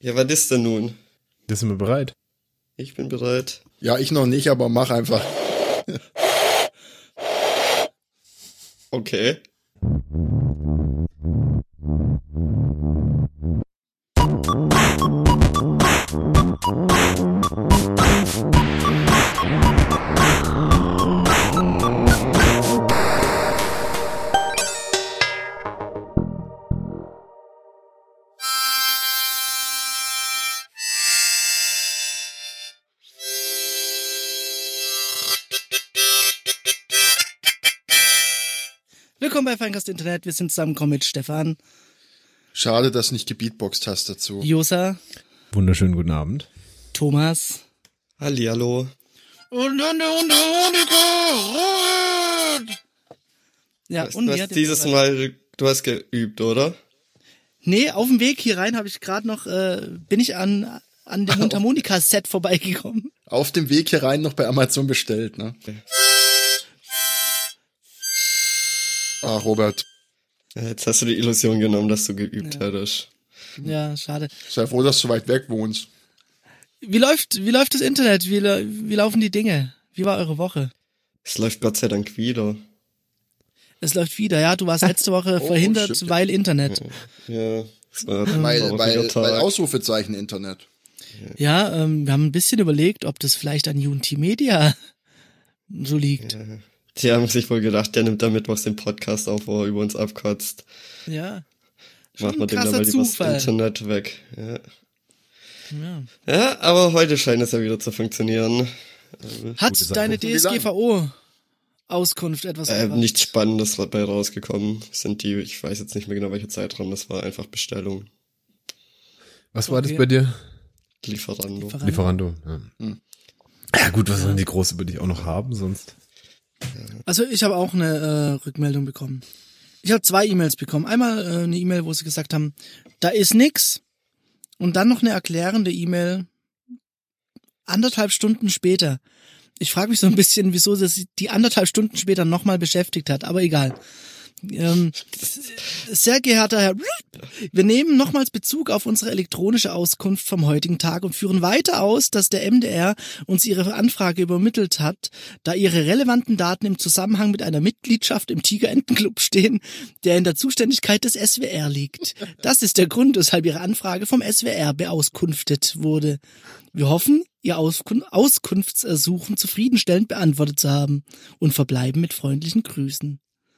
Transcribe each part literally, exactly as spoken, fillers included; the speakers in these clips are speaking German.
Ja, was ist denn nun? Da sind wir bereit. Ich bin bereit. Ja, ich noch nicht, aber mach einfach. Okay. Willkommen bei Feinkast Internet. Wir sind zusammengekommen mit Stefan. Schade, dass du nicht gebeatboxt hast dazu. Josa. Wunderschönen guten Abend. Thomas. Hallihallo. Und dann der Unterhonig. Ja, Du und hast wie hat der dieses Stefan- Mal, du hast geübt, oder? Nee, auf dem Weg hier rein habe ich gerade noch, äh, bin ich an, an dem Mundharmonika-Set vorbeigekommen. Auf dem Weg hier rein noch bei Amazon bestellt, ne? Ah, Robert, Ja, jetzt hast du die Illusion genommen, dass du geübt hättest. Ja, schade. sei froh, dass du so weit weg wohnst. Wie läuft, wie läuft das Internet? Wie, la- wie laufen die Dinge? Wie war eure Woche? Es läuft Gott sei Dank wieder. Es läuft wieder, ja. Du warst letzte Woche Oh, verhindert, stimmt. weil Internet. Ja, es war ein Weil, trauriger weil, Tag. weil Ausrufezeichen Internet. Ja, ähm, wir haben ein bisschen überlegt, ob das vielleicht an Unity Media so liegt. Die haben sich wohl gedacht, der nimmt da mittwochs den Podcast auf, wo er über uns abkotzt. Ja. Schon Machen wir ein den krasser dann mal lieber das Zufall. Internet weg. Ja. Ja. ja, aber heute scheint es ja wieder zu funktionieren. Hat Gute Sache. deine Wie lange? D S G V O-Auskunft etwas Äh, gebracht? nichts Spannendes dabei rausgekommen. Sind die, ich weiß jetzt nicht mehr genau, welcher Zeitraum, das war einfach Bestellung. Was war Okay. das bei dir? Lieferando. Lieferando. Lieferando. Ja, ja gut, was sollen die Große über dich auch noch haben sonst? Also ich habe auch eine äh, Rückmeldung bekommen. Ich habe zwei E-Mails bekommen. Einmal äh, eine E-Mail, wo sie gesagt haben, da ist nix. Und dann noch eine erklärende E-Mail anderthalb Stunden später. Ich frage mich so ein bisschen, wieso sie die anderthalb Stunden später nochmal beschäftigt hat, aber egal. Ähm, sehr geehrter Herr, wir nehmen nochmals Bezug auf unsere elektronische Auskunft vom heutigen Tag und führen weiter aus, dass der M D R uns ihre Anfrage übermittelt hat, da ihre relevanten Daten im Zusammenhang mit einer Mitgliedschaft im Tigerentenclub stehen, der in der Zuständigkeit des S W R liegt. Das ist der Grund, weshalb ihre Anfrage vom S W R beauskunftet wurde. Wir hoffen, ihr Auskun- Auskunftsersuchen zufriedenstellend beantwortet zu haben und verbleiben mit freundlichen Grüßen.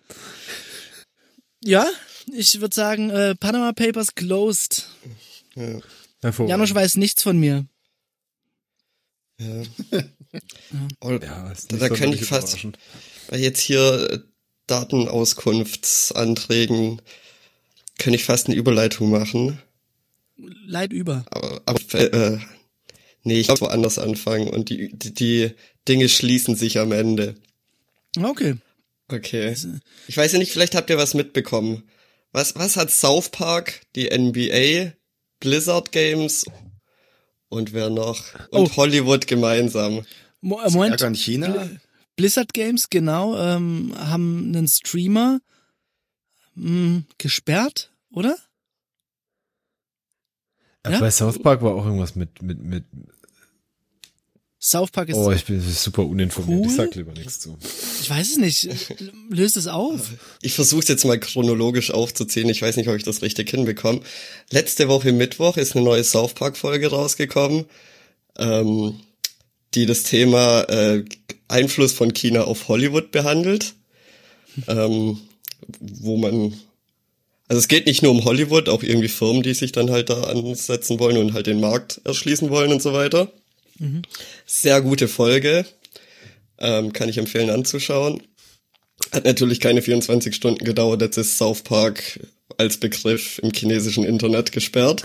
Ja, ich würde sagen, äh, Panama Papers closed. Ja. Hervorragend. Janosch weiß nichts von mir. Ja. Und Ja, ist da nicht da könnte sonderlich ich fast, überraschend. bei jetzt hier äh, Datenauskunftsanträgen, könnte ich fast eine Überleitung machen. Leid über. Aber, aber äh, nee, ich glaube woanders anfangen und die, die, die Dinge schließen sich am Ende. Okay. Okay. Ich weiß ja nicht, vielleicht habt ihr was mitbekommen. Was, was hat South Park, die N B A, Blizzard Games und wer noch? Und Oh. Hollywood gemeinsam. Mo äh, Moment. Ärger in China? Blizzard Games, genau, ähm, haben einen Streamer mh, gesperrt, oder? Ja, Ja? bei South Park war auch irgendwas mit, mit, mit, South Park ist, oh, ich bin super uninformiert. Cool. Ich sag lieber nichts zu. ich weiß es nicht, löst es auf. Ich versuche es jetzt mal chronologisch aufzuziehen. Ich weiß nicht, ob ich das richtig hinbekomme. Letzte Woche Mittwoch ist eine neue South Park Folge rausgekommen, ähm, die das Thema äh, Einfluss von China auf Hollywood behandelt. ähm, wo man, also es geht nicht nur um Hollywood, auch irgendwie Firmen, die sich dann halt da ansetzen wollen und halt den Markt erschließen wollen und so weiter. Sehr gute Folge. Ähm, kann ich empfehlen anzuschauen. Hat natürlich keine vierundzwanzig Stunden gedauert, jetzt ist South Park als Begriff im chinesischen Internet gesperrt.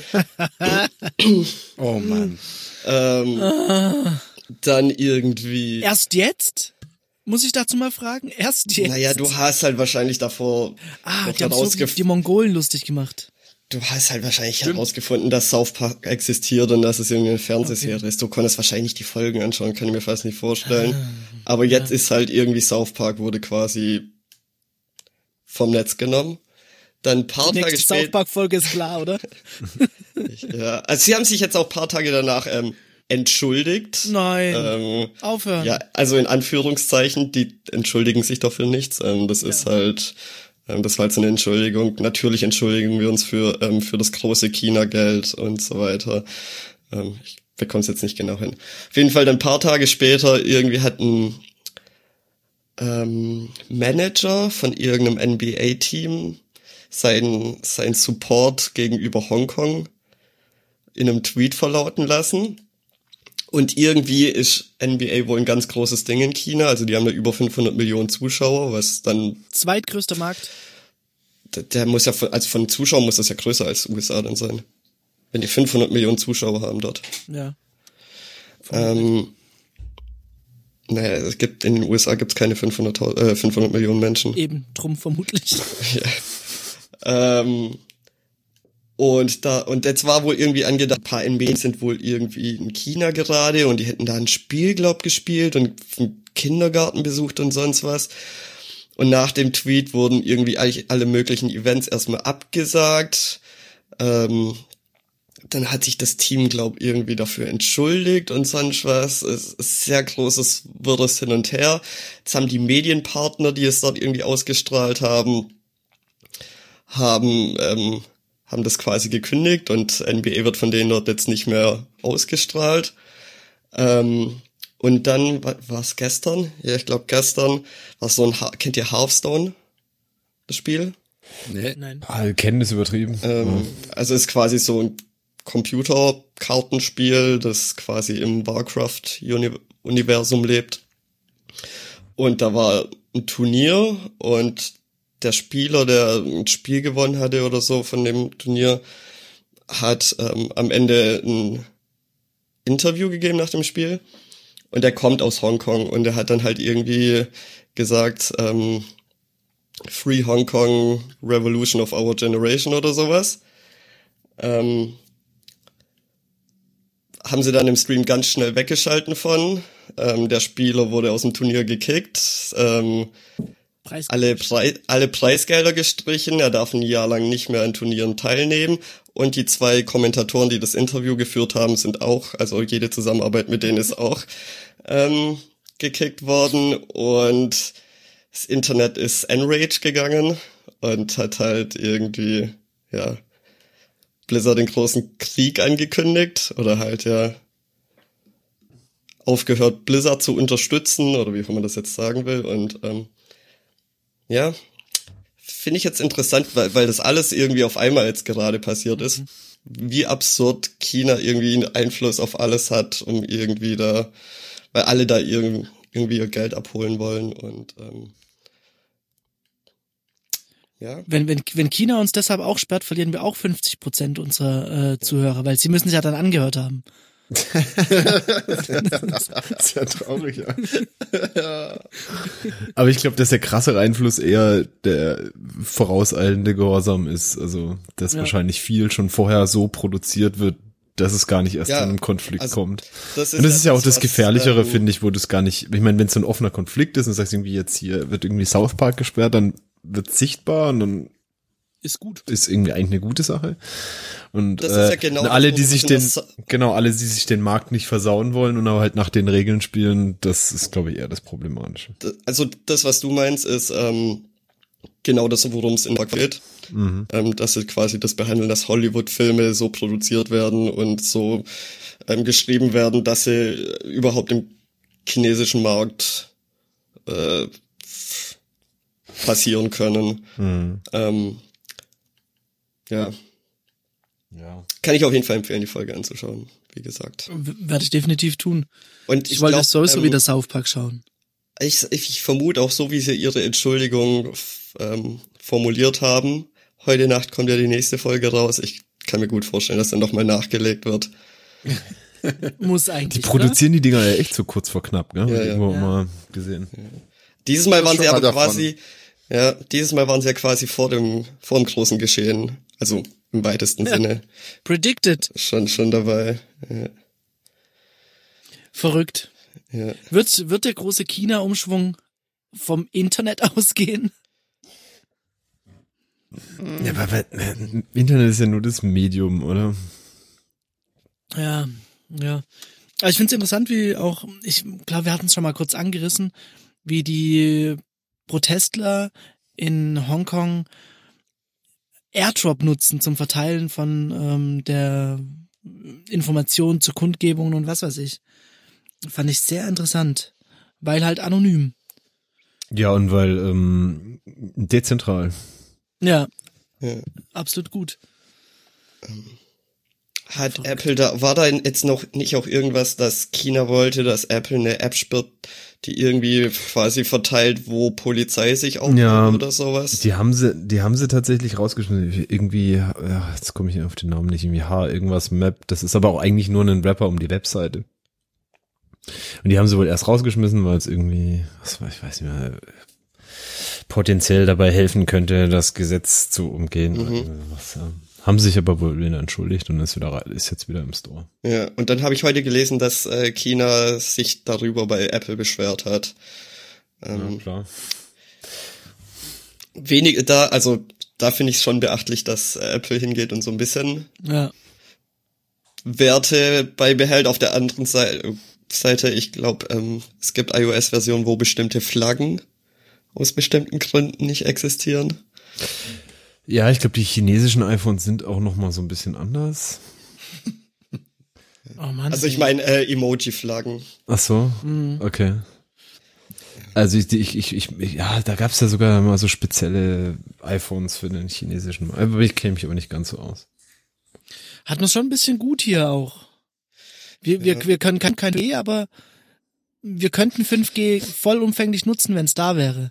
Oh Mann. Ähm, dann irgendwie... Erst jetzt? Muss ich dazu mal fragen? Erst jetzt? Naja, du hast halt wahrscheinlich davor Ah, noch die haben so die, herausgef- die Mongolen lustig gemacht. Du hast halt wahrscheinlich herausgefunden, dass South Park existiert und dass es irgendwie eine Fernsehserie ist. Du konntest wahrscheinlich die Folgen anschauen, kann ich mir fast nicht vorstellen. Aber jetzt ist halt irgendwie South Park wurde quasi vom Netz genommen. dann ein paar Die Tage nächste South später, Park-Folge ist klar, oder? ja, also sie haben sich jetzt auch ein paar Tage danach ähm, entschuldigt. Nein. Ähm, Aufhören. ja, also in Anführungszeichen, die entschuldigen sich doch für nichts. Ähm, das ist halt, ähm, das war halt so eine Entschuldigung. Natürlich entschuldigen wir uns für ähm, für das große China-Geld und so weiter. Ähm, ich bekomme es jetzt nicht genau hin. Auf jeden Fall dann ein paar Tage später irgendwie hat ein ähm, Manager von irgendeinem N B A-Team sein sein Support gegenüber Hongkong in einem Tweet verlauten lassen. Und irgendwie ist N B A wohl ein ganz großes Ding in China. Also die haben da über fünfhundert Millionen Zuschauer, was dann... Zweitgrößter Markt. Der, der muss ja, von, also von Zuschauern muss das ja größer als U S A dann sein. Wenn die fünfhundert Millionen Zuschauer haben dort. Ja. Ähm, naja, es gibt, in den U S A gibt's keine fünfhundert, äh, fünfhundert Millionen Menschen. Eben, drum vermutlich. Ja. Ähm... Und da, und jetzt war wohl irgendwie angedacht, ein paar N B A sind wohl irgendwie in China gerade und die hätten da ein Spiel, glaub, gespielt und einen Kindergarten besucht und sonst was. Und nach dem Tweet wurden irgendwie eigentlich alle möglichen Events erstmal abgesagt. Ähm, dann hat sich das Team, glaub, irgendwie dafür entschuldigt und sonst was. Es ist sehr großes Wirres hin und her. Jetzt haben die Medienpartner, die es dort irgendwie ausgestrahlt haben, haben, ähm, haben das quasi gekündigt und N B A wird von denen dort jetzt nicht mehr ausgestrahlt. Ähm, und dann, war es gestern? Ja, ich glaube gestern, war so ein, kennt ihr Hearthstone, das Spiel? Nee. Nein. Ah, kennen ist übertrieben. Ähm, also ist quasi so ein Computerkartenspiel, das quasi im Warcraft-Universum lebt. Und da war ein Turnier und der Spieler, der ein Spiel gewonnen hatte oder so von dem Turnier, hat ähm, am Ende ein Interview gegeben nach dem Spiel und er kommt aus Hongkong und er hat dann halt irgendwie gesagt, ähm, Free Hong Kong, Revolution of Our Generation oder sowas. Ähm, haben sie dann im Stream ganz schnell weggeschalten von. Ähm, der Spieler wurde aus dem Turnier gekickt. Ähm, Preis. alle, Pre- alle Preisgelder gestrichen, er darf ein Jahr lang nicht mehr an Turnieren teilnehmen und die zwei Kommentatoren, die das Interview geführt haben, sind auch, also jede Zusammenarbeit mit denen ist auch ähm, gekickt worden und das Internet ist enraged gegangen und hat halt irgendwie, ja, Blizzard den großen Krieg angekündigt oder halt, ja, aufgehört, Blizzard zu unterstützen oder wie auch man das jetzt sagen will und ähm, ja, finde ich jetzt interessant, weil, weil das alles irgendwie auf einmal jetzt gerade passiert ist. Wie absurd China irgendwie einen Einfluss auf alles hat, um irgendwie da, weil alle da irgendwie, irgendwie ihr Geld abholen wollen und ähm, ja. Wenn, wenn, wenn China uns deshalb auch sperrt, verlieren wir auch fünfzig Prozent unserer äh, Zuhörer, weil sie müssen es ja dann angehört haben. Sehr traurig, ja. Aber ich glaube, dass der krassere Einfluss eher der vorauseilende Gehorsam ist. Also, dass Ja. wahrscheinlich viel schon vorher so produziert wird, dass es gar nicht erst Ja, zu einem Konflikt also, kommt. Das Und das ist ja auch etwas, das was, Gefährlichere, ähm, finde ich, wo du es gar nicht, ich meine, wenn es so ein offener Konflikt ist und sagst irgendwie jetzt hier wird irgendwie South Park gesperrt, dann wird sichtbar und dann Ist gut. ist irgendwie eigentlich eine gute Sache. Und Das ist äh, ja genau und das, alle, wo die wir sich in den, das- genau, alle, die sich den Markt nicht versauen wollen und aber halt nach den Regeln spielen, das ist, glaube ich, eher das Problematische. Also das, was du meinst, ist ähm, genau das, worum es in der geht. Mhm. Ähm, dass sie quasi das behandeln, dass Hollywood-Filme so produziert werden und so ähm, geschrieben werden, dass sie überhaupt im chinesischen Markt äh, passieren können. Mhm. Ähm, ja, Ja. kann ich auf jeden Fall empfehlen, die Folge anzuschauen, wie gesagt. W- Werde ich definitiv tun. Und Ich, ich wollte glaub, sowieso ähm, wieder South Park schauen. Ich, ich vermute auch so, wie sie ihre Entschuldigung f- ähm, formuliert haben. Heute Nacht kommt ja die nächste Folge raus. Ich kann mir gut vorstellen, dass dann nochmal nachgelegt wird. Muss Die eigentlich, produzieren die Dinger ja echt so kurz vor knapp, gell? Hab ich ja. irgendwo Ja. mal gesehen. Dieses Mal waren schon sie mal aber davon. quasi, ja, dieses Mal waren sie ja quasi vor dem, vor dem großen Geschehen. Also im weitesten Ja. Sinne oder? Predicted. schon, schon dabei. Ja, Verrückt. ja. Wird, wird der große China-Umschwung vom Internet ausgehen? Ja, aber weil, Internet ist ja nur das Medium, oder? Ja, ja. Aber ich finde es interessant, wie auch, ich glaube, wir hatten es schon mal kurz angerissen, wie die Protestler in Hongkong AirDrop nutzen zum Verteilen von ähm, der Informationen zu Kundgebungen und was weiß ich. Fand ich sehr interessant, weil halt anonym. Ja, und weil ähm, dezentral. Ja, Ja. absolut gut. Hat Verrückt. Apple da, war da jetzt noch nicht auch irgendwas, dass China wollte, dass Apple eine App sperrt, die irgendwie quasi verteilt, wo Polizei sich aufhält Ja, oder sowas? Die haben sie, die haben sie tatsächlich rausgeschnitten. Irgendwie, ja, jetzt komme ich auf den Namen nicht, irgendwie H, irgendwas Map. Das ist aber auch eigentlich nur ein Wrapper um die Webseite. Und die haben sie wohl erst rausgeschmissen, weil es irgendwie, was war, ich weiß nicht mehr, potenziell dabei helfen könnte, das Gesetz zu umgehen. Mhm. Was, ja. Haben sich aber wohl wieder entschuldigt und ist wieder, ist jetzt wieder im Store. Ja, und dann habe ich heute gelesen, dass äh, China sich darüber bei Apple beschwert hat. Ähm, Ja, klar. wenig da, also da finde ich es schon beachtlich, dass äh, Apple hingeht und so ein bisschen Ja. Werte beibehält. Auf der anderen Seite, Seite ich glaube, ähm, es gibt iOS-Versionen, wo bestimmte Flaggen aus bestimmten Gründen nicht existieren. Ja, ich glaube, die chinesischen iPhones sind auch noch mal so ein bisschen anders. Oh Mann. Also ich meine äh, Emoji-Flaggen. Ach so, Mhm. okay. Also ich, ich, ich, ich ja, da gab's ja sogar mal so spezielle iPhones für den chinesischen. Aber ich kenne mich aber nicht ganz so aus. Hat man schon ein bisschen gut hier auch. Wir, wir, Ja. wir können kein, kein G, aber wir könnten fünf G vollumfänglich nutzen, wenn es da wäre.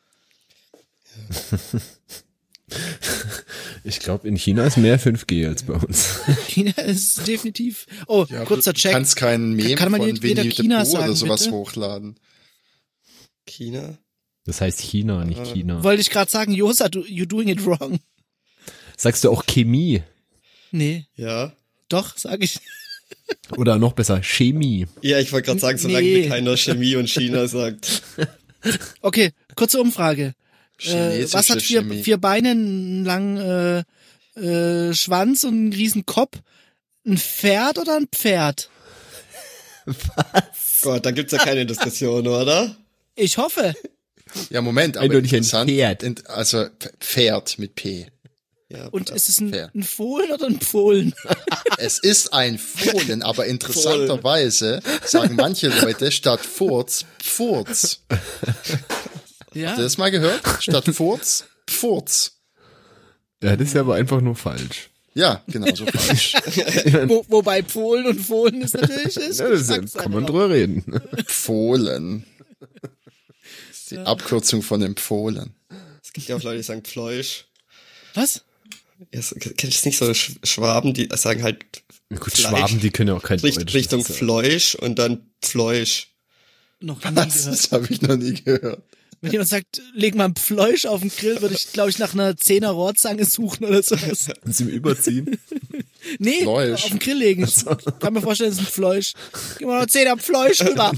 Ich glaube, in China ist mehr fünf G als bei uns. China ist definitiv. Oh, Ja, kurzer du Check. kannst keinen Meme Kann man von jeder Winnie the China Pooh sagen, oder sowas bitte? hochladen. China? Das heißt China, nicht Äh, China. Wollte ich gerade sagen, Josa, du, you're doing it wrong. Sagst du auch Chemie? Nee, Ja. doch, sag ich. Oder noch besser, Chemie. Ja, ich wollte gerade sagen, solange Nee. mir keiner Chemie und China sagt. Okay, kurze Umfrage. Äh, Chinesische was hat vier, Chemie. vier Beine, einen langen äh, äh, Schwanz und einen riesen Kopf? Ein Pferd oder ein Pferd? Gott, da gibt's ja keine Diskussion, oder? Ich hoffe. Ja, Moment, aber Eindeutig ein interessant. Pferd. Int- Also Pferd mit P. Ja, Und ist es ein, Pferd. ein Fohlen oder ein Pfohlen? Es ist ein Fohlen, aber interessanterweise sagen manche Leute statt Furz, Pfurz. Ja. Habt ihr das mal gehört? Statt Furz, Pfurz. Ja, das ist ja aber einfach nur falsch. Ja, genau, so falsch. Wo, wobei Polen und Fohlen ist natürlich ist. Ja, das ist, kann man drüber reden. Pfohlen. Das ist die Abkürzung von dem Pfohlen. es gibt ja auch Leute, die sagen Pfleusch. Was? Ja, so- kennst du das nicht so Sch- Schwaben, die sagen halt Ja, gut, Fleisch. Schwaben, die können ja auch kein Richt, Deutsch. Richtung das ist ja- Pfleusch und dann Pfleusch. Noch nie Das, gehört. das habe ich noch nie gehört. Wenn jemand sagt, leg mal ein Pfleusch auf den Grill, würde ich, glaube ich, nach einer Zehner Rohrzange suchen oder sowas. Und sie im Überziehen. Nee, Pfleusch. auf den Grill legen. Ich kann mir vorstellen, das ist ein Pfleusch. Gib mal noch Zehner Pfleusch rüber.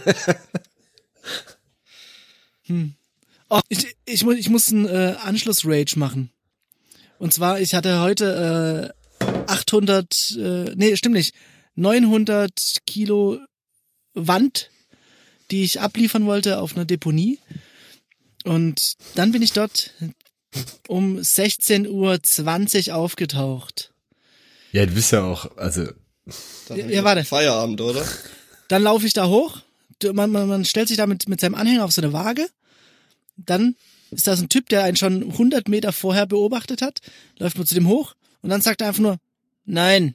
Hm. Oh, ich, ich, muss, ich muss einen äh, Anschluss-Rage machen. Und zwar, ich hatte heute äh, achthundert, äh, nee, stimmt nicht, neunhundert Kilo Wand, die ich abliefern wollte auf einer Deponie. Und dann bin ich dort um sechzehn Uhr zwanzig aufgetaucht. Ja, du bist ja auch, also, Dann Ja, hab ich ja, auch warte. Feierabend, oder? Dann laufe ich da hoch. Du- Man, man, man stellt sich da mit, mit seinem Anhänger auf so eine Waage. Dann ist da so ein Typ, der einen schon hundert Meter vorher beobachtet hat. Läuft man zu dem hoch und dann sagt er einfach nur, nein.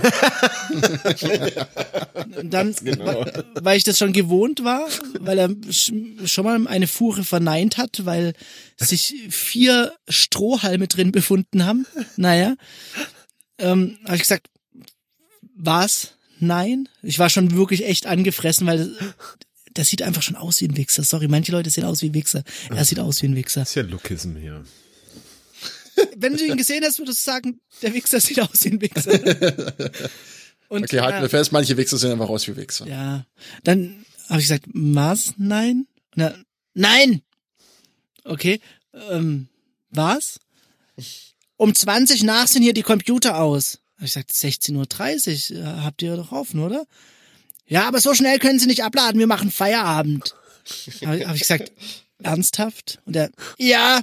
Und dann, weil, weil ich das schon gewohnt war, weil er sch- schon mal eine Fuhre verneint hat, weil sich vier Strohhalme drin befunden haben. Naja, ähm, habe ich gesagt, was? Nein? Ich war schon wirklich echt angefressen, weil der sieht einfach schon aus wie ein Wichser. Sorry, manche Leute sehen aus wie Wichser. Er sieht aus wie ein Wichser. das ist ja Lookism hier. Wenn du ihn gesehen hast, würdest du sagen, der Wichser sieht aus wie ein Wichser. Und, Okay, halten ja, wir fest, manche Wichser sehen einfach aus wie Wichser. ja, dann habe ich gesagt, was? Nein? Und er, nein! Okay, ähm, was? um zwanzig nach sind hier die Computer aus. Hab ich gesagt, sechzehn Uhr dreißig, äh, habt ihr doch offen, oder? Ja, aber so schnell können sie nicht abladen, wir machen Feierabend. Habe hab ich gesagt, ernsthaft? Und er, ja.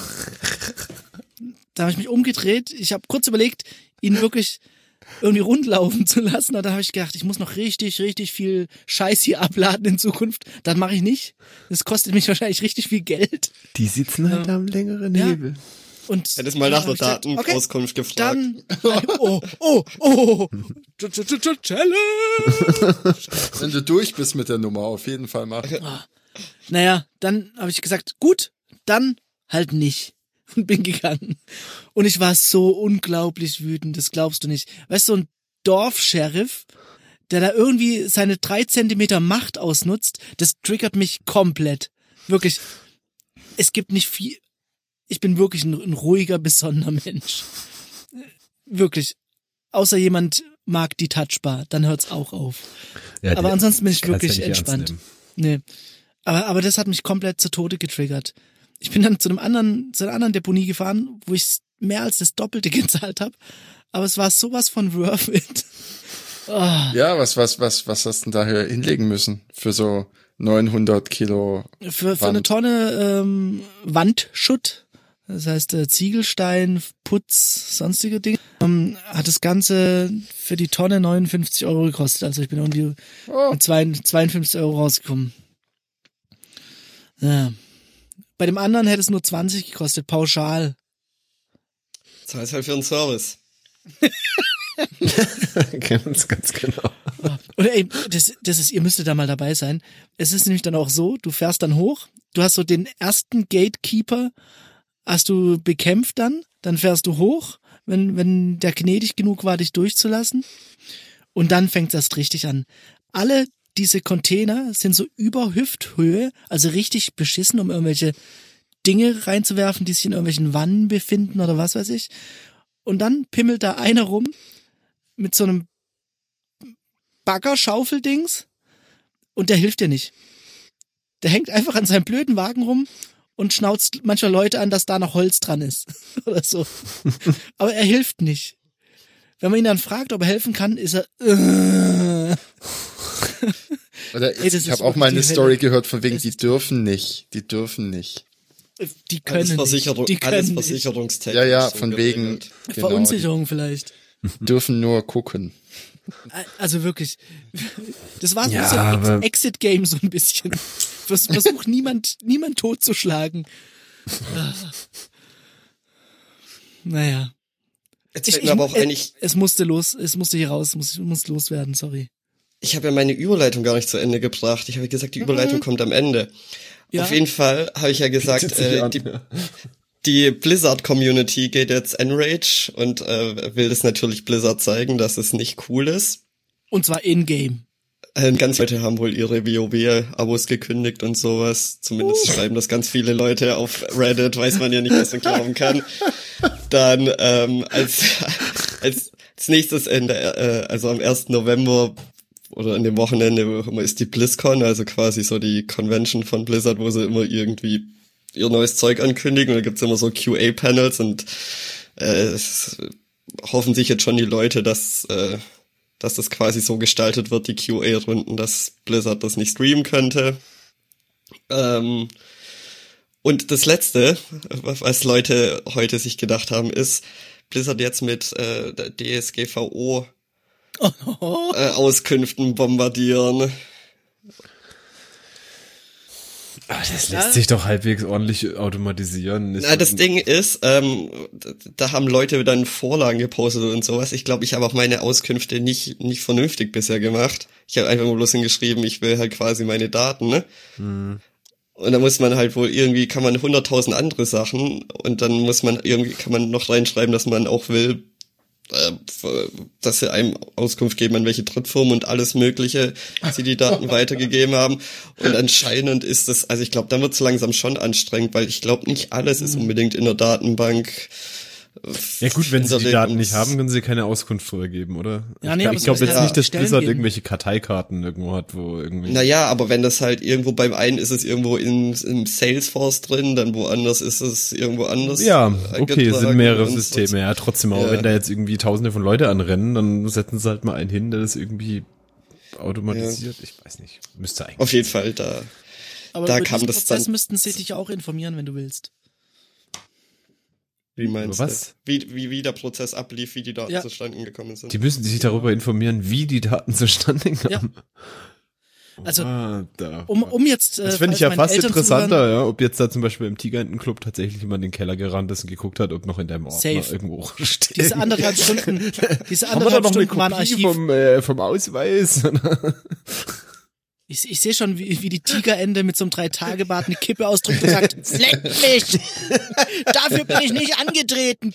Da habe ich mich umgedreht, ich habe kurz überlegt, ihn wirklich irgendwie rundlaufen zu lassen. Und dann habe ich gedacht, ich muss noch richtig, richtig viel Scheiß hier abladen in Zukunft. Das mache ich nicht. Das kostet mich wahrscheinlich richtig viel Geld. Die sitzen halt ja. am längeren Ja. Hebel. Und Hättest mal nach der Datenauskunft okay, gefragt. Dann, oh, oh, oh, Challenge. Wenn du durch bist mit der Nummer, auf jeden Fall machen. Naja, dann habe ich gesagt, gut, dann halt nicht. Und bin gegangen. Und ich war so unglaublich wütend, das glaubst du nicht. Weißt du, so ein Dorfsheriff, der da irgendwie seine drei Zentimeter Macht ausnutzt, das triggert mich komplett. Wirklich. Es gibt nicht viel. Ich bin wirklich ein, ein ruhiger, besonderer Mensch. Wirklich. Außer jemand mag die Touchbar, dann hört's auch auf. Ja, aber ansonsten bin ich wirklich ja entspannt. Nee. Aber, aber das hat mich komplett zu Tode getriggert. Ich bin dann zu einem anderen, zu einer anderen Deponie gefahren, wo ich mehr als das Doppelte gezahlt habe. Aber es war sowas von worth it. Oh. Ja, was, was, was, was hast du denn da hinlegen müssen für so neunhundert Kilo Für, für eine Tonne ähm, Wandschutt, das heißt äh, Ziegelstein, Putz, sonstige Dinge, ähm, hat das Ganze für die Tonne neunundfünfzig Euro gekostet. Also ich bin irgendwie Oh. mit zweiundfünfzig Euro rausgekommen. Ja. Bei dem anderen hätte es nur zwanzig gekostet, pauschal. Das heißt halt für einen Service. Ganz, ganz genau. Oder ey, das, das ist, ihr müsstet da mal dabei sein. Es ist nämlich dann auch so, du fährst dann hoch, du hast so den ersten Gatekeeper, hast du bekämpft dann, dann fährst du hoch, wenn, wenn der gnädig genug war, dich durchzulassen. Und dann fängt das richtig an. Alle diese Container sind so über Hüfthöhe, also richtig beschissen, um irgendwelche Dinge reinzuwerfen, die sich in irgendwelchen Wannen befinden oder was weiß ich. Und dann pimmelt da einer rum mit so einem Baggerschaufeldings und der hilft dir nicht. Der hängt einfach an seinem blöden Wagen rum und schnauzt mancher Leute an, dass da noch Holz dran ist oder so. Aber er hilft nicht. Wenn man ihn dann fragt, ob er helfen kann, ist er äh. Oder Ey, ich habe auch mal eine Story gehört von wegen, die dürfen nicht, die dürfen nicht. Die können Alles, Versicherung, nicht. Die können alles nicht. versicherungstechnisch. Ja, ja, so von wegen geregelt. genau, Verunsicherung vielleicht. die dürfen nur gucken. Also wirklich, das war Ja, so ein aber- Ex- Exit-Game so ein bisschen. Vers versucht niemand, niemand totzuschlagen. Ah. Naja. Jetzt Ich, fällt ich, mir aber auch es, ein, ich, es musste los, es musste hier raus, es muss, muss loswerden, sorry. ich habe ja meine Überleitung gar nicht zu Ende gebracht. Ich habe gesagt, die Überleitung kommt am Ende. Ja. Auf jeden Fall habe ich ja gesagt, Bietet sich äh, an, die, ja. die Blizzard-Community geht jetzt Enrage und äh, will das natürlich Blizzard zeigen, dass es nicht cool ist. Und zwar in-game. Äh, ganz Leute haben wohl ihre WoW-Abos gekündigt und sowas. Zumindest Uh. schreiben das ganz viele Leute auf Reddit, weiß man ja nicht, was man glauben kann. Dann ähm, als, als, als nächstes Ende, äh, also am ersten November oder an dem Wochenende, wo auch immer, ist die BlizzCon, also quasi so die Convention von Blizzard, wo sie immer irgendwie ihr neues Zeug ankündigen. Und da gibt's immer so Q A-Panels und äh, es hoffen sich jetzt schon die Leute, dass äh, dass das quasi so gestaltet wird, die Q A-Runden, dass Blizzard das nicht streamen könnte. Ähm, und das Letzte, was Leute heute sich gedacht haben, ist, Blizzard jetzt mit äh, D S G V O Oh, äh, Auskünften bombardieren. Aber das lässt Ja. sich doch halbwegs ordentlich automatisieren. Ist Na, das Ding ist, ähm, da haben Leute dann Vorlagen gepostet und sowas. Ich glaube, ich habe auch meine Auskünfte nicht nicht vernünftig bisher gemacht. Ich habe einfach nur bloß hingeschrieben, ich will halt quasi meine Daten, ne? Mhm. Und da muss man halt wohl irgendwie, kann man hunderttausend andere Sachen und dann muss man irgendwie, kann man noch reinschreiben, dass man auch will, äh, dass sie einem Auskunft geben, an welche Drittfirmen und alles Mögliche sie die Daten weitergegeben haben. Und anscheinend ist das, also ich glaube, dann wird es langsam schon anstrengend, weil ich glaube, nicht alles ist unbedingt in der Datenbank Ja gut, wenn sie die Interlegt Daten uns- nicht haben, können sie keine Auskunft vorher geben, oder? Ja, ich nee, glaub- aber ich es glaube muss jetzt ja nicht, dass Stellen Blizzard geben. irgendwelche Karteikarten irgendwo hat, wo irgendwie... Naja, aber wenn das halt irgendwo beim einen ist es irgendwo im, im Salesforce drin, dann woanders ist es irgendwo anders. Ja, äh, okay, eingetragen sind mehrere und so. Systeme, ja, trotzdem, aber Ja. wenn da jetzt irgendwie tausende von Leute anrennen, dann setzen sie halt mal einen hin, der das irgendwie automatisiert, ich weiß nicht, müsste eigentlich. Auf jeden Fall, da. Aber Da über kam diesen das Prozess dann- müssten sie dich auch informieren, wenn du willst. Wie meinst Über was? du? Wie, wie, wie der Prozess ablief, wie die Daten Ja. zustande gekommen sind. Die müssen sich darüber informieren, wie die Daten zustande kamen. Also, ah, da. Um, um jetzt, äh, Das finde falls ich ja meine fast Eltern interessanter, zuhören- ja, ob jetzt da zum Beispiel im Tigerentenclub tatsächlich jemand in den Keller gerannt ist und geguckt hat, ob noch in deinem Ordner Safe. irgendwo steht. Diese anderthalb Stunden, diese Haben wir da anderthalb noch eine Stunden waren Kopie Archiv. vom, äh, vom Ausweis? Ich, ich sehe schon, wie, wie die Tigerende mit so einem Drei-Tage-Bart eine Kippe ausdrückt und sagt, fleck mich! Dafür bin ich nicht angetreten!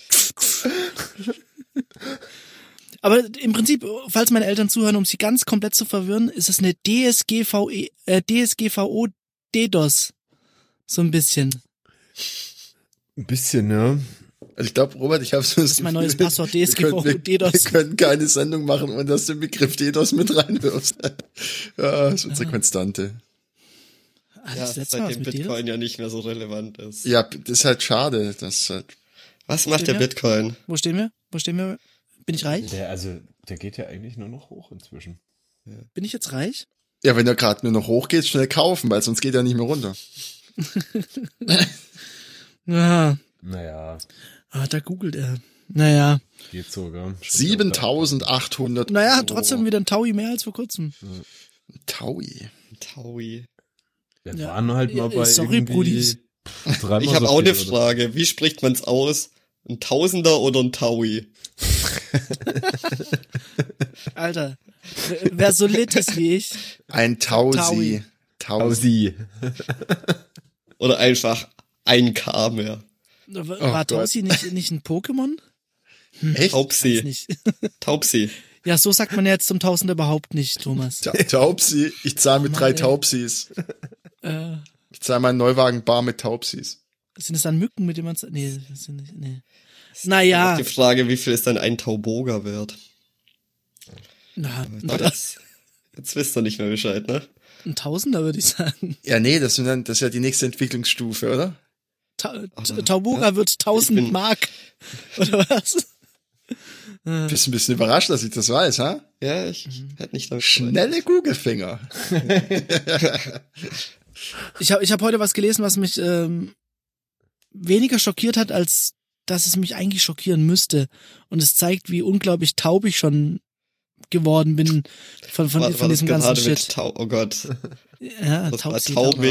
Aber im Prinzip, falls meine Eltern zuhören, um sie ganz komplett zu verwirren, ist es eine D S G V E, äh, D S G V O DDoS. So ein bisschen. Ein bisschen, ja. Also ich glaube, Robert, ich habe so das ist mein Gefühl, neues Passwort, wir D S G V O können- DDoS. Wir können keine Sendung machen, ohne dass du den Begriff DDoS mit reinwirfst. Ja, das ist unsere Konstante. Ah, Ja, das letzte Mal was seitdem mit dir? Bitcoin ja nicht mehr so relevant ist. Ja, das ist halt schade. Das ist halt Was macht der Ja. Bitcoin? Wo stehen wir? Wo stehen wir? Bin ich reich? Der, also, der geht ja eigentlich nur noch hoch inzwischen. Bin ich jetzt reich? ja, wenn er gerade nur noch hochgeht, schnell kaufen, weil sonst geht er nicht mehr runter. Ja, Naja, ah, da googelt er. Naja. geht sogar. siebentausendachthundert Naja, Euro. hat trotzdem wieder ein Taui mehr als vor kurzem. Taui. Taui. Wir Ja. waren halt mal bei Sorry, irgendwie Brudis. dreimal Ich habe so auch viel eine oder- Frage. Wie spricht man's aus? Ein Tausender oder ein Taui? Alter, wer- wer so lit ist wie ich, Ein Tausi. Taui. Tausi. Tausi. Oder einfach ein K mehr? war Oh Gott. Tausi nicht, nicht ein Pokémon? Echt? Weiß Taubsi. nicht. Taubsi. Ja, so sagt man ja jetzt zum Tausender überhaupt nicht, Thomas. Ta Taubsi. Ich zahle mit Mann, drei ey. Taubsis. Äh, Ich zahle meinen Neuwagen bar mit Taubsis. sind es dann Mücken, mit denen man... Nee, das sind nicht... Nee. Naja. Die Frage, wie viel ist dann ein Tauboga wert? Na, Na, das, jetzt wisst ihr nicht mehr Bescheid, ne? ein Tausender würde ich sagen. Ja, nee, das, sind dann, das ist ja die nächste Entwicklungsstufe, oder? Ta Ta- Tauboga wird tausend Ich bin- Mark. Oder was? Bist ein bisschen überrascht, dass ich das weiß, ha? Ja, ich Mhm. hätte nicht damit Schnelle Google-Finger. Ich habe ich hab heute was gelesen, was mich ähm, weniger schockiert hat, als dass es mich eigentlich schockieren müsste. Und es zeigt, wie unglaublich taub ich schon geworden bin von, von, War, von war das diesem ganzen gerade mit Shit. Tau oh Gott. Ja, Das war Taubsi, taubig.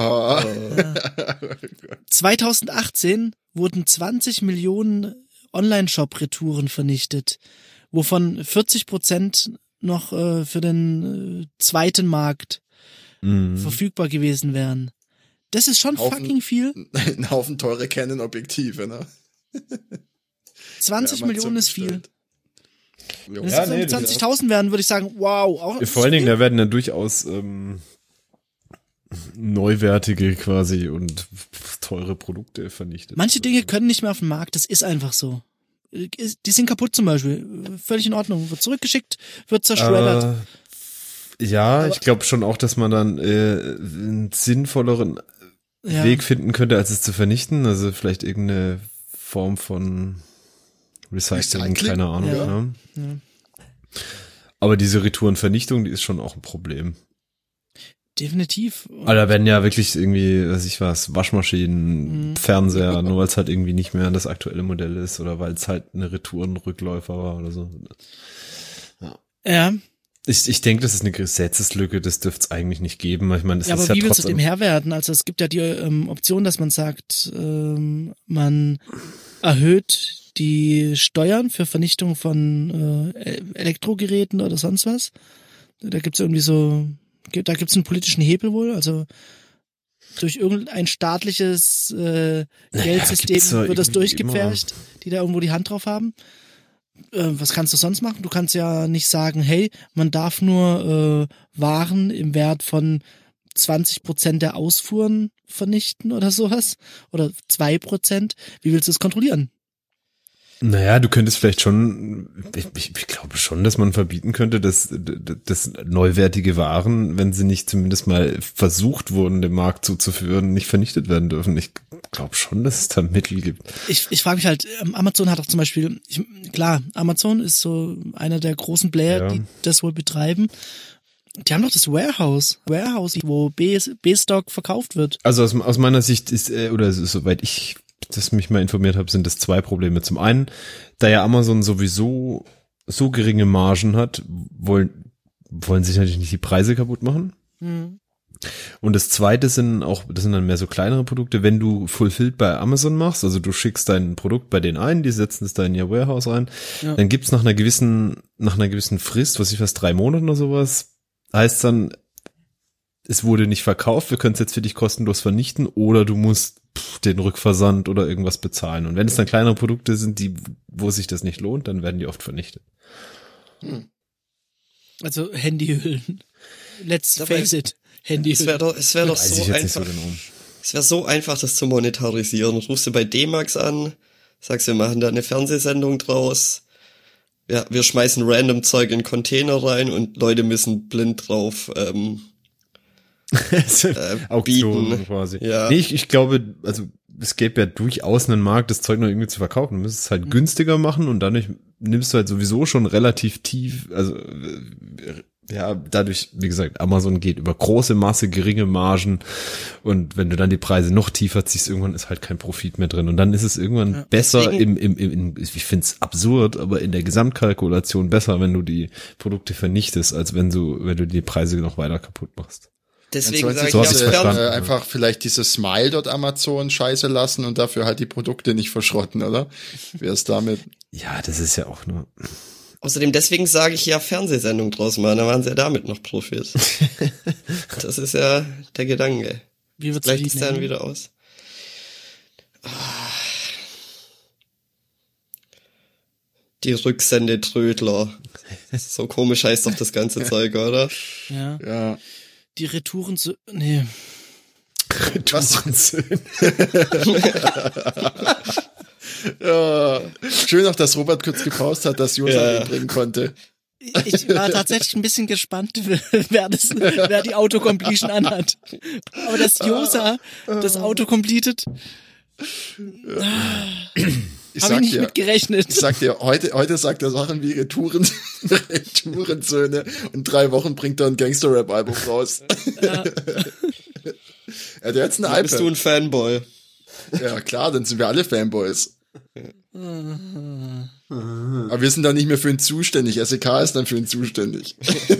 Oh. zweitausendachtzehn wurden zwanzig Millionen Online-Shop-Retouren vernichtet, wovon vierzig Prozent noch äh, für den äh, zweiten Markt Mhm. verfügbar gewesen wären. Das ist schon Haufen- fucking viel. Ein Haufen teure Canon-Objektive, ne? zwanzig Ja, mal Millionen ist so viel. bestellt. Jo. Wenn es Ja, nee, das- fünfundzwanzigtausend wären, würde ich sagen, wow. Auch, Vor allen Dingen, da werden dann durchaus ähm, neuwertige quasi und teure Produkte vernichtet. Manche Dinge können nicht mehr auf den Markt, das ist einfach so. Ist- Die sind kaputt zum Beispiel. Völlig in Ordnung. Wird zurückgeschickt, wird zerschreddert. Äh, ja, ich glaube schon auch, dass man dann äh, einen sinnvolleren Ja. Weg finden könnte, als es zu vernichten. Also vielleicht irgendeine Form von Recycling, Recycling? keine Ahnung. Ja. Ja. Ja. Aber diese Retourenvernichtung, die ist schon auch ein Problem. Definitiv. Weil da werden ja wirklich irgendwie, weiß ich was, Waschmaschinen, Mhm. Fernseher, nur weil es halt irgendwie nicht mehr das aktuelle Modell ist oder weil es halt eine Retourenrückläufer war oder so. Ja, Ich, ich denke, das ist eine Gesetzeslücke, das dürfte es eigentlich nicht geben. Ich meine, das ja, ist aber ja wie willst du trotzdem. dem Herr werden? Also es gibt ja die ähm, Option, dass man sagt, ähm, man erhöht die Steuern für Vernichtung von äh, Elektrogeräten oder sonst was. Da gibt's irgendwie so, gibt- da gibt's einen politischen Hebel wohl, also durch irgendein staatliches äh, Geldsystem gibt's doch wird das irgendwie durchgepfercht, die da irgendwo die Hand drauf haben. Äh, was kannst du sonst machen? Du kannst ja nicht sagen, hey, man darf nur äh, Waren im Wert von zwanzig Prozent der Ausfuhren vernichten oder sowas. Oder zwei Prozent. Wie willst du es kontrollieren? Naja, du könntest vielleicht schon, ich, ich, ich glaube schon, dass man verbieten könnte, dass, dass neuwertige Waren, wenn sie nicht zumindest mal versucht wurden, dem Markt zuzuführen, nicht vernichtet werden dürfen. Ich glaube schon, dass es da Mittel gibt. Ich, ich frage mich halt, Amazon hat auch zum Beispiel, ich, klar, Amazon ist so einer der großen Player, ja. die das wohl betreiben. Die haben doch das Warehouse, Warehouse, wo B, B-Stock verkauft wird. Also aus, aus meiner Sicht ist, oder soweit ich das mich mal informiert habe, sind es zwei Probleme. Zum einen, da ja Amazon sowieso so geringe Margen hat, wollen, wollen sich natürlich nicht die Preise kaputt machen. Mhm. Und das zweite sind auch, das sind dann mehr so kleinere Produkte, wenn du Fulfilled bei Amazon machst, also du schickst dein Produkt bei denen ein, die setzen es da in ihr Warehouse rein, ja. Dann gibt's nach einer gewissen, nach einer gewissen Frist, was ich weiß, drei Monate oder sowas, heißt dann, es wurde nicht verkauft, wir können es jetzt für dich kostenlos vernichten oder du musst pff, den Rückversand oder irgendwas bezahlen. Und wenn es dann kleinere Produkte sind, die, wo sich das nicht lohnt, dann werden die oft vernichtet. Hm. Also Handyhüllen. Let's Dabei, face it. Handyhüllen. Es wäre doch, es wär doch so einfach. So genau. Es wäre so einfach, das zu monetarisieren. Rufst du bei D-Max an, sagst, wir machen da eine Fernsehsendung draus. Ja, wir schmeißen random Zeug in Container rein und Leute müssen blind drauf ähm, äh, Auktionen quasi. Ja. Nee, ich, ich glaube, also es gäbe ja durchaus einen Markt, das Zeug noch irgendwie zu verkaufen. Du müsstest es halt mhm. günstiger machen und dadurch nimmst du halt sowieso schon relativ tief, also ja, dadurch, wie gesagt, Amazon geht über große Masse, geringe Margen und wenn du dann die Preise noch tiefer ziehst, irgendwann ist halt kein Profit mehr drin und dann ist es irgendwann ja, besser im, im, im, im, ich finde es absurd, aber in der Gesamtkalkulation besser, wenn du die Produkte vernichtest, als wenn du, wenn du die Preise noch weiter kaputt machst. Deswegen sage ich, so diese, äh, einfach vielleicht diese Smile dort Amazon scheiße lassen und dafür halt die Produkte nicht verschrotten, oder? Wer ist damit? Ja, das ist ja auch nur... Außerdem, deswegen sage ich ja Fernsehsendung draus machen, da waren sie ja damit noch Profis. Das ist ja der Gedanke. Wie wird's gleicht es dann wieder aus? Die Rücksendetrödler. So komisch heißt doch das ganze Zeug, oder? Ja. Ja. Die Retouren, nee. Retourensöhne. Ja, schön auch, dass Robert kurz gepaust hat, dass Josa ja. bringen konnte. Ich war tatsächlich ein bisschen gespannt, wer das, wer die Autocompletion anhat. Aber dass Josa das Auto completed, habe ich nicht dir, mit gerechnet. Ich sag dir, heute, heute sagt er Sachen wie Retouren, Retourensöhne und drei Wochen bringt er ein Gangster-Rap-Album raus. Ja. Ja, der hat's ein iPad. Bist du ein Fanboy? Ja, klar, dann sind wir alle Fanboys. Aber wir sind dann nicht mehr für ihn zuständig. S E K ist dann für ihn zuständig.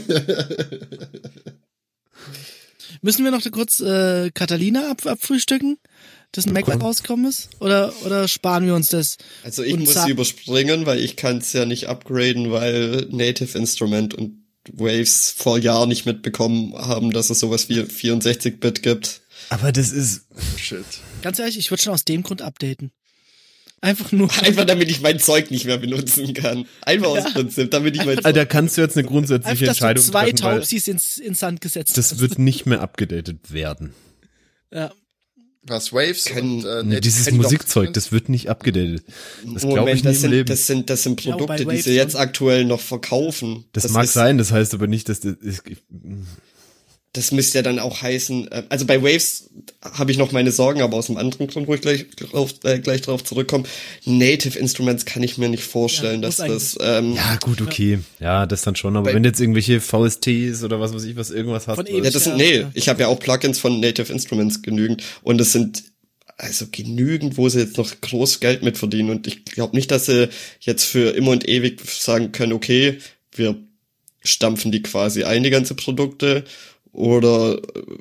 Müssen wir noch kurz äh, Catalina ab, abfrühstücken, dass ein Mac rausgekommen ist? Oder oder sparen wir uns das? Also ich muss sie überspringen, weil ich kann es ja nicht upgraden, weil Native Instrument und Waves vor Jahren nicht mitbekommen haben, dass es sowas wie vierundsechzig Bit gibt. Aber das ist... Shit. Ganz ehrlich, ich würde schon aus dem Grund updaten. Einfach nur. Einfach damit ich mein Zeug nicht mehr benutzen kann. Einfach ja. aus Prinzip, damit ich mein Zeug. Also da kannst du jetzt eine grundsätzliche Einfach, Entscheidung dass du zwei treffen. Taubsis ins, ins Sand gesetzt Das hast. wird nicht mehr abgedatet werden. Ja. Was, Waves? Können, und, äh, nee, dieses Musikzeug, doch, das wird nicht abgedatet. Das glaube ich das nie sind, im Leben. Das sind, das sind Produkte, ja, die sie jetzt aktuell noch verkaufen. Das, das mag ist, sein, das heißt aber nicht, dass das ist, das müsste ja dann auch heißen, also bei Waves habe ich noch meine Sorgen, aber aus einem anderen Grund, wo ich gleich drauf, äh, gleich drauf zurückkomme. Native Instruments kann ich mir nicht vorstellen, ja, dass das... Ähm, ja gut, okay. Ja, ja das dann schon, aber bei, wenn du jetzt irgendwelche V S Ts oder was weiß ich, was irgendwas hast... Ja, das sind, nee, ich habe ja auch Plugins von Native Instruments genügend und es sind also genügend, wo sie jetzt noch groß Geld mit verdienen und ich glaube nicht, dass sie jetzt für immer und ewig sagen können, okay, wir stampfen die quasi ein, die ganze Produkte. Oder,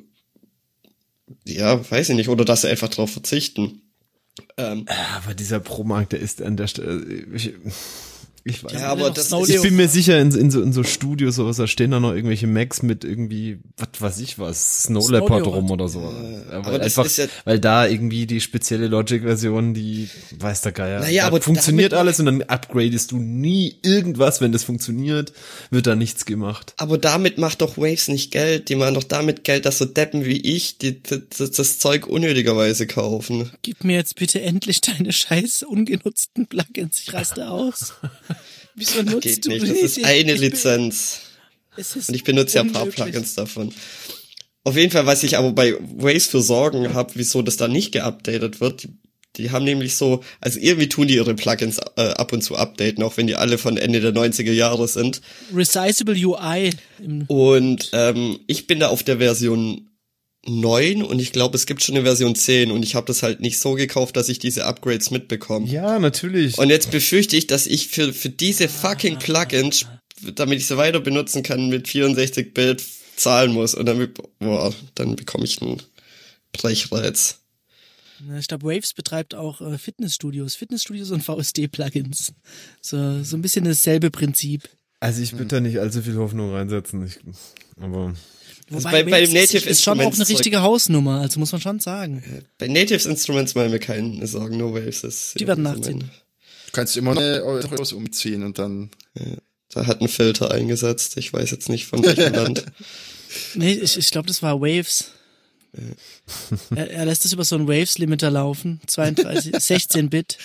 ja, weiß ich nicht, oder dass sie einfach drauf verzichten. Ähm, Aber dieser Pro-Markt, der ist an der Stelle, ich, Ich weiß Ja, nicht. aber das Snow ist, Ich bin mir sicher, in, in, so, in so Studios sowas, da stehen da noch irgendwelche Macs mit irgendwie, was weiß ich was, Snow Snow Leopard Leopard. rum oder so. Ja, aber weil das einfach, ist ja- weil da irgendwie die spezielle Logic-Version, die weiß der Geier. Naja, da aber funktioniert damit- alles und dann upgradest du nie irgendwas, wenn das funktioniert, wird da nichts gemacht. aber damit macht doch Waves nicht Geld. Die machen doch damit Geld, dass so Deppen wie ich die, das, das Zeug unnötigerweise kaufen. Gib mir jetzt bitte endlich deine scheiß ungenutzten Plugins. Ich raste aus. Wieso nutzt Geht du nicht. die Das ist eine Ich bin- Lizenz. Es ist Und ich benutze ja ein paar unmöglich. Plugins davon. Auf jeden Fall, was ich aber bei Waves für Sorgen habe, wieso das da nicht geupdatet wird, die, die haben nämlich so, also irgendwie tun die ihre Plugins äh, ab und zu updaten, auch wenn die alle von Ende der neunziger Jahre sind. Resizable U I. Im Und ähm, ich bin da auf der Version neun und ich glaube, es gibt schon eine Version zehn und ich habe das halt nicht so gekauft, dass ich diese Upgrades mitbekomme. Ja, natürlich. Und jetzt befürchte ich, dass ich für, für diese fucking Plugins, damit ich sie weiter benutzen kann, mit vierundsechzig Bit zahlen muss. Und dann, boah, dann bekomme ich einen Brechreiz. Ich glaube, Waves betreibt auch äh, Fitnessstudios, Fitnessstudios und V S D-Plugins. So, so ein bisschen dasselbe Prinzip. Also ich würde da nicht allzu viel Hoffnung reinsetzen. Ich, aber Also Wobei bei- bei Waves dem Native ist, ist schon auch eine Instruments richtige Hausnummer, also muss man schon sagen. Bei Native Instruments machen wir keine Sorgen, no Waves. Ist Die werden so nachziehen. mein- Du kannst immer noch Euros umziehen und dann. Da hat ein Filter eingesetzt. Ich weiß jetzt nicht von welchem Land. Nee, ich, ich glaube, das war Waves. Er, er lässt es über so einen Waves-Limiter laufen, zweiunddreißig, sechzehn Bit.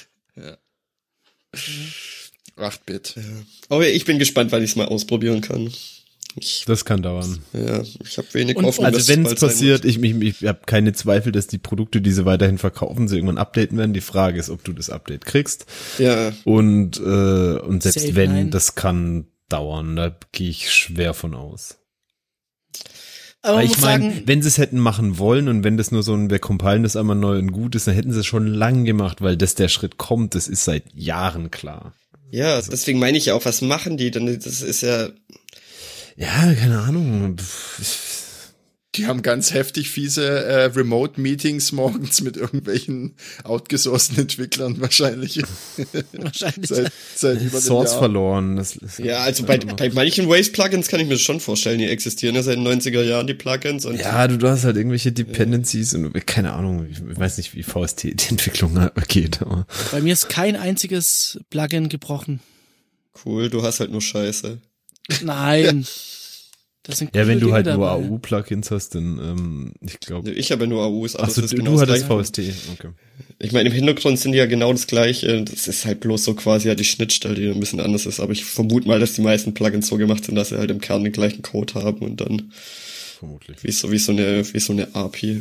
acht Bit. Aber ich bin gespannt, weil ich es mal ausprobieren kann. Ich, das kann dauern. ja, ich habe wenig Und- Hoffnung, Also dass wenn bald es sein passiert, wird. ich, ich, ich habe keine Zweifel, dass die Produkte, die sie weiterhin verkaufen, sie irgendwann updaten werden. Die Frage ist, ob du das Update kriegst. Ja, Und, äh, und selbst Safe wenn, nein. das kann dauern. Da gehe ich schwer von aus. Aber Weil man ich muss meine, sagen, wenn sie es hätten machen wollen und wenn das nur so ein, wir compilen das einmal neu und gut ist, dann hätten sie es schon lang gemacht, weil dass der Schritt kommt, das ist seit Jahren klar. ja, deswegen meine ich ja auch, was machen die denn? Das ist ja, Ja, keine Ahnung. Pff, Die haben ganz heftig fiese äh, Remote-Meetings morgens mit irgendwelchen outgesourcten Entwicklern wahrscheinlich. wahrscheinlich. seit, seit über einem Source Jahr. verloren. Das ist, ja, also bei, bei manchen Waves-Plugins kann ich mir das schon vorstellen, die existieren ja seit den neunziger Jahren, die Plugins. Und Ja, du, du hast halt irgendwelche Dependencies und keine Ahnung, ich weiß nicht, wie V S T die Entwicklung geht, aber Bei mir ist kein einziges Plugin gebrochen. cool, du hast halt nur Scheiße. Nein. Das sind ja, wenn coole du halt Dinge nur dabei. A U-Plugins hast, dann ähm, ich glaube. Ich habe ja nur A Us, alles Achso, ist du, genau du das hattest Gleiche. V S T, okay. Ich meine, im Hintergrund sind die ja genau das Gleiche. Das ist halt bloß so quasi ja die Schnittstelle, die ein bisschen anders ist. Aber ich vermute mal, dass die meisten Plugins so gemacht sind, dass sie halt im Kern den gleichen Code haben und dann Vermutlich. wie so, wie so eine, wie so eine A P I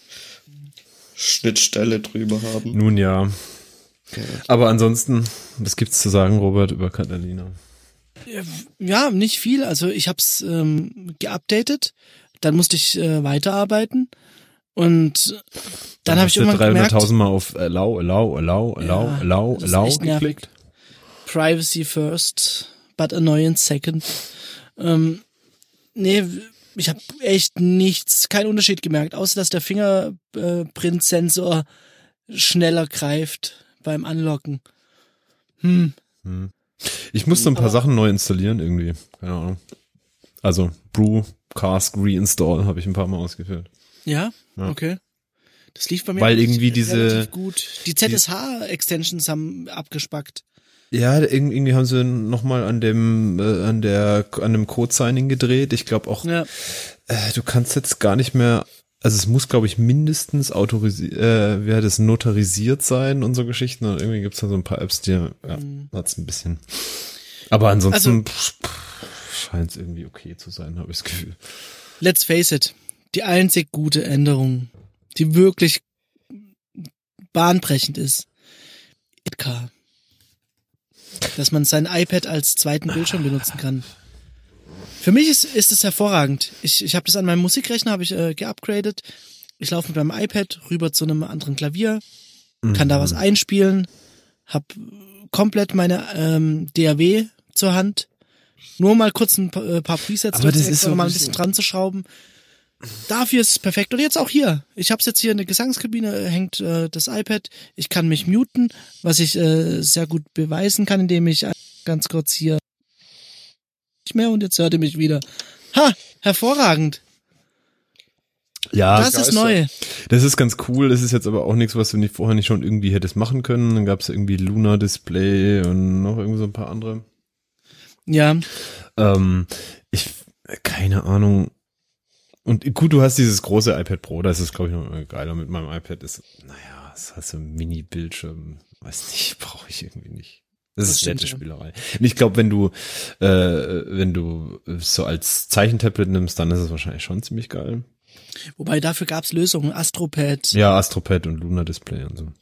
Schnittstelle drüber haben. Nun ja. Aber ansonsten, was gibt's zu sagen, Robert, über Catalina? Ja, nicht viel. Also ich habe es ähm, geupdatet, dann musste ich äh, weiterarbeiten und dann habe ich irgendwann gemerkt, dreihunderttausend Mal auf Allow, Allow, Allow, Allow, Ja, Allow, das ist Allow echt nervig. geklickt. Privacy first, but annoyance second. Ähm, nee, ich habe echt nichts, keinen Unterschied gemerkt, außer dass der Fingerprint-Sensor schneller greift beim Anlocken. Hm. Ich musste ein paar Sachen neu installieren irgendwie. Keine Ahnung. Also Brew, Cask, Reinstall habe ich ein paar Mal ausgeführt. Ja? Ja. Okay. Das lief bei mir Weil eigentlich irgendwie diese- relativ gut. Die Z S H-Extensions haben abgespackt. Ja, irg- irgendwie haben sie nochmal an dem, äh, an der, an dem Code-Signing gedreht. Ich glaube auch, Ja. äh, du kannst jetzt gar nicht mehr, also es muss, glaube ich, mindestens autorisiert, äh, wie hat es, notarisiert sein und so Geschichten. Und irgendwie gibt's da so ein paar Apps, die, ja, Mhm. hat's ein bisschen. Aber ansonsten Also- scheint es irgendwie okay zu sein, habe ich das Gefühl. Let's face it. Die einzig gute Änderung, die wirklich bahnbrechend ist, Itcar. Dass man sein iPad als zweiten Bildschirm benutzen kann. Für mich ist ist es hervorragend. Ich ich habe das an meinem Musikrechner habe ich äh, geupgradet. Ich laufe mit meinem iPad rüber zu einem anderen Klavier, kann da was einspielen, hab komplett meine ähm, D A W zur Hand. Nur mal kurz ein paar, äh, paar Presets Aber das durchzusetzen, ist so um mal ein ein bisschen bisschen- dran zu schrauben. Dafür ist es perfekt. Und jetzt auch hier. Ich habe jetzt hier in der Gesangskabine, äh, hängt äh, das iPad. Ich kann mich muten, was ich äh, sehr gut beweisen kann, indem ich ganz kurz hier. Nicht mehr und jetzt hört ihr mich wieder. Ha, hervorragend. Ja, Das ist neu. das ist ganz cool. Das ist jetzt aber auch nichts, was du nicht vorher nicht schon irgendwie hättest machen können. Dann gab es irgendwie Luna Display und noch irgendwie so ein paar andere. Ja. Ähm, ich, keine Ahnung. Und gut, du hast dieses große iPad Pro, das ist, glaube ich, noch geiler. Mit meinem iPad ist, naja, es hat so ein Mini-Bildschirm. Weiß nicht, brauche ich irgendwie nicht. Das, das ist nette Spielerei. Und ich glaube, wenn du, äh, wenn du so als Zeichentablet nimmst, dann ist es wahrscheinlich schon ziemlich geil. Wobei dafür gab's Lösungen, Astropad. Ja, Astropad und Luna Display und so.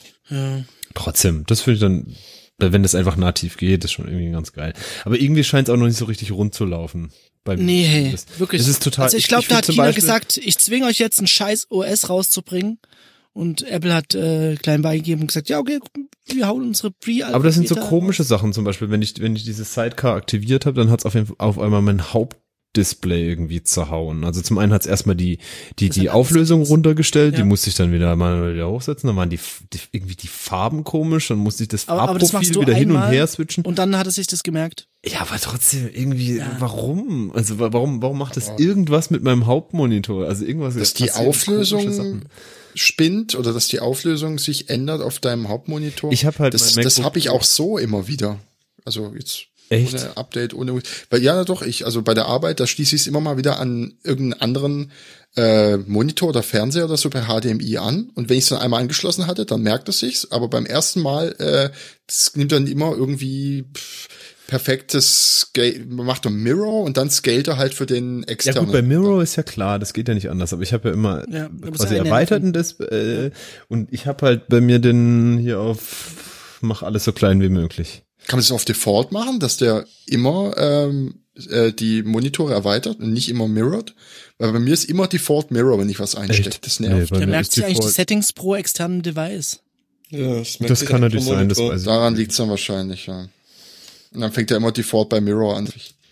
Ja. Trotzdem, das finde ich dann, wenn das einfach nativ geht, ist schon irgendwie ganz geil. Aber irgendwie scheint es auch noch nicht so richtig rund zu laufen. Beim Nee, hey, das, wirklich. Das ist total. Also ich glaube, da hat zum China Beispiel, gesagt, ich zwinge euch jetzt ein scheiß O S rauszubringen. Und Apple hat äh, klein beigegeben und gesagt, ja, okay, wir hauen unsere Pre-Alpha. Aber das sind so Beta komische raus. Sachen, zum Beispiel, wenn ich, wenn ich dieses Sidecar aktiviert habe, dann hat's auf, jeden Fall auf einmal mein Hauptdisplay irgendwie zerhauen. Also zum einen hat's erstmal die, die, Das die hat Auflösung alles- runtergestellt, Ja. die musste ich dann wieder mal wieder hochsetzen, dann waren die, die irgendwie die Farben komisch, dann musste ich das Aber- aber das Farbprofil machst du wieder hin und einmal her switchen. Und dann hat es sich das gemerkt. Ja, aber trotzdem irgendwie, Ja. warum? Also wa- warum, warum macht das irgendwas mit meinem Hauptmonitor? Also irgendwas. Dass die passieren komische Auflösung Sachen. spinnt oder dass die Auflösung sich ändert auf deinem Hauptmonitor. Ich habe halt das, mein das MacBook- habe ich auch so immer wieder. Also jetzt Echt? ohne Update, ohne, weil ja doch, ich, also bei der Arbeit, da schließe ich es immer mal wieder an irgendeinen anderen äh, Monitor oder Fernseher oder so per H D M I an. Und wenn ich es dann einmal angeschlossen hatte, dann merkt es sich's. Aber beim ersten Mal, äh, das nimmt dann immer irgendwie pff, perfektes Scale, man macht ein Mirror und dann scaled er halt für den Ja externen. gut, bei Mirror ist ja klar, das geht ja nicht anders, aber ich habe ja immer Ja, du bist quasi ja eine erweiterten das äh, und ich habe halt bei mir den hier auf mach alles so klein wie möglich. Kann man das auf Default machen, dass der immer ähm, äh, die Monitore erweitert und nicht immer mirrored? Weil bei mir ist immer Default Mirror, wenn ich was einstecke. Echt? Das nervt. Nee, bei Der mir merkt ist sich eigentlich die Default- Settings pro externen Device. Ja, das, merkt Das direkt kann natürlich vom sein, das Monitor. weiß ich. Daran liegt's dann wahrscheinlich, ja. Und dann fängt er immer Default bei Mirror an.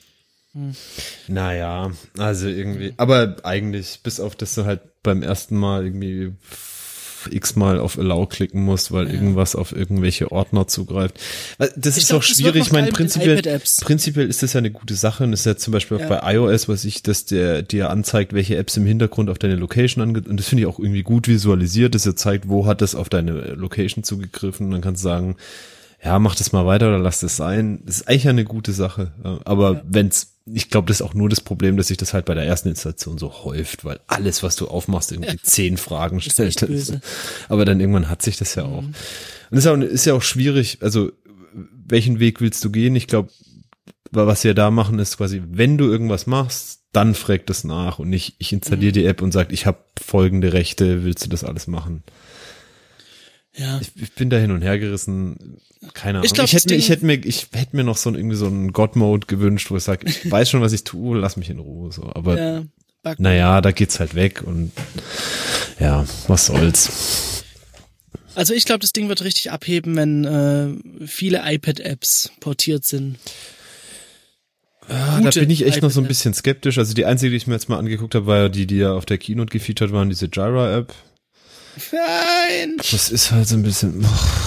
Naja, also irgendwie, aber eigentlich, bis auf das du halt beim ersten Mal irgendwie x-mal auf Allow klicken musst, weil irgendwas auf irgendwelche Ordner zugreift. Weil Das Ich ist glaub, auch das schwierig. wird Ich noch meine, geil mit den prinzipiell, iPad-Apps. prinzipiell ist das ja eine gute Sache und das ist ja zum Beispiel auch Ja. bei iOS, was ich, dass der dir anzeigt, welche Apps im Hintergrund auf deine Location ange und das finde ich auch irgendwie gut visualisiert, dass er zeigt, wo hat das auf deine Location zugegriffen und dann kannst du sagen, ja, mach das mal weiter oder lass das sein. Das ist eigentlich eine gute Sache. Aber ja. wenn's, ich glaube, das ist auch nur das Problem, dass sich das halt bei der ersten Installation so häuft, weil alles, was du aufmachst, irgendwie ja. zehn Fragen stellt. Aber dann irgendwann hat sich das ja auch. Mhm. Und es ist, ist ja auch schwierig, also welchen Weg willst du gehen? Ich glaube, was wir da machen, ist quasi, wenn du irgendwas machst, dann fragt es nach und nicht, ich installiere mhm. die App und sag, ich habe folgende Rechte, willst du das alles machen? Ja. Ich, ich bin da hin und her gerissen. Keine Ahnung. Ich, glaub, ich hätte mir, Ding, ich hätte mir, ich hätte mir noch so ein, irgendwie so einen God-Mode gewünscht, wo ich sage, ich weiß schon, was ich tue, lass mich in Ruhe, so. Aber, ja, naja, da geht's halt weg und, ja, was soll's. Also ich glaube, das Ding wird richtig abheben, wenn äh, viele iPad-Apps portiert sind. Ja, da bin ich echt noch so ein bisschen skeptisch. Also die einzige, die ich mir jetzt mal angeguckt habe, war ja die, die ja auf der Keynote gefeatured waren, diese Jira-App. Nein! Das ist halt so ein bisschen.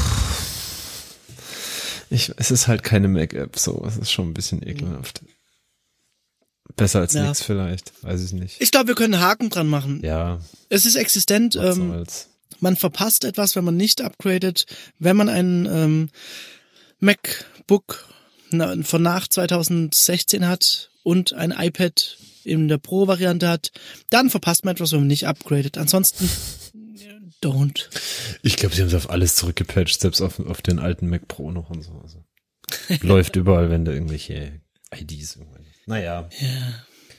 Ich, es ist halt keine Mac-App, so. Es ist schon ein bisschen ekelhaft. Besser als ja. nichts vielleicht, weiß ich nicht. Ich glaube, wir können einen Haken dran machen. Ja. Es ist existent. Ähm, man verpasst etwas, wenn man nicht upgradet. Wenn man ein ähm, MacBook na, von nach zwanzig sechzehn hat und ein iPad in der Pro-Variante hat, dann verpasst man etwas, wenn man nicht upgradet. Ansonsten don't. Ich glaube, sie haben es auf alles zurückgepatcht, selbst auf, auf den alten Mac Pro noch und so. Also, läuft überall, wenn da irgendwelche I Ds irgendwann. Naja. Ja.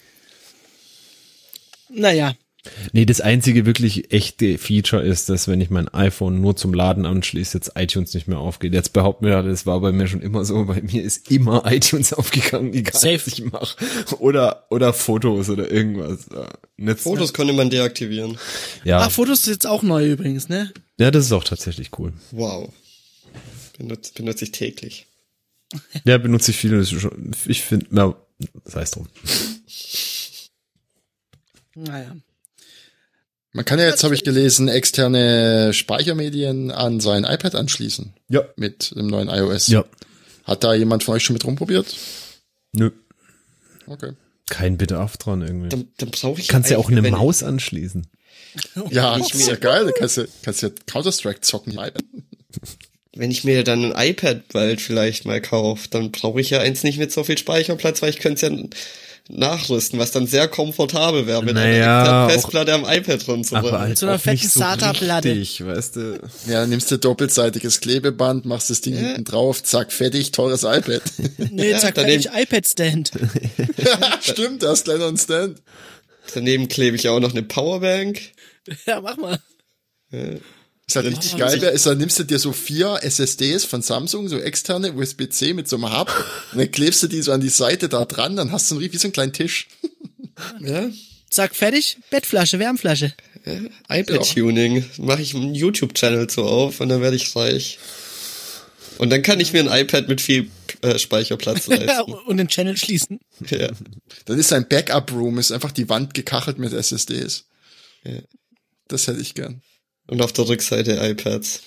Naja. Nee, das einzige wirklich echte Feature ist, dass wenn ich mein iPhone nur zum Laden anschließe, jetzt iTunes nicht mehr aufgeht. Jetzt behaupten wir, das war bei mir schon immer so. Bei mir ist immer iTunes aufgegangen, egal Safe. was ich mache. Oder, oder Fotos oder irgendwas. Netz Fotos konnte man deaktivieren. Ja. Ach, Fotos ist jetzt auch neu übrigens, ne? Ja, das ist auch tatsächlich cool. Wow. Benutze, benutze ich täglich. Ja, benutze ich viel. Ich finde, na, sei es drum. Naja. Man kann ja jetzt, habe ich gelesen, externe Speichermedien an sein iPad anschließen. Ja. Mit dem neuen iOS. Ja. Hat da jemand von euch schon mit rumprobiert? Nö. Okay. Kein Bedarf dran irgendwie. Dann, dann brauche ich Kannst ja auch eine wenn Maus anschließen. Ja, Ich das ist ja mir- geil. Du kannst ja, kannst ja Counter-Strike zocken. Ich, wenn ich mir dann ein iPad bald vielleicht mal kaufe, dann brauche ich ja eins nicht mit so viel Speicherplatz, weil ich könnte es ja nachrüsten, was dann sehr komfortabel wäre, mit Naja, einer auch- extra Festplatte am iPad rumzurollen. Aber halt So einer auch nicht fetten so SATA-Platte. richtig, weißt du. Ja, nimmst du doppelseitiges Klebeband, machst das Ding Ja. hinten drauf, zack, fertig, teures iPad. Nee, zack, daneben- fertig, iPad-Stand. Stimmt, da hast leider einen Stand. Daneben klebe ich auch noch eine Powerbank. Ja, mach mal. Ist halt richtig Oh, geil, sich- wär, ist, dann nimmst du dir so vier S S Ds von Samsung, so externe U S B C mit so einem Hub, und dann klebst du die so an die Seite da dran, dann hast du einen, wie so einen kleinen Tisch. Ja, Zack, fertig, Bettflasche, Wärmflasche. iPad-Tuning. Mache ich einen YouTube-Channel so auf und dann werde ich reich. Und dann kann ich mir ein iPad mit viel äh, Speicherplatz leisten. Und den Channel schließen. Ja. Dann ist ein Backup-Room, ist einfach die Wand gekachelt mit S S Ds. Ja. Das hätte ich gern. Und auf der Rückseite iPads.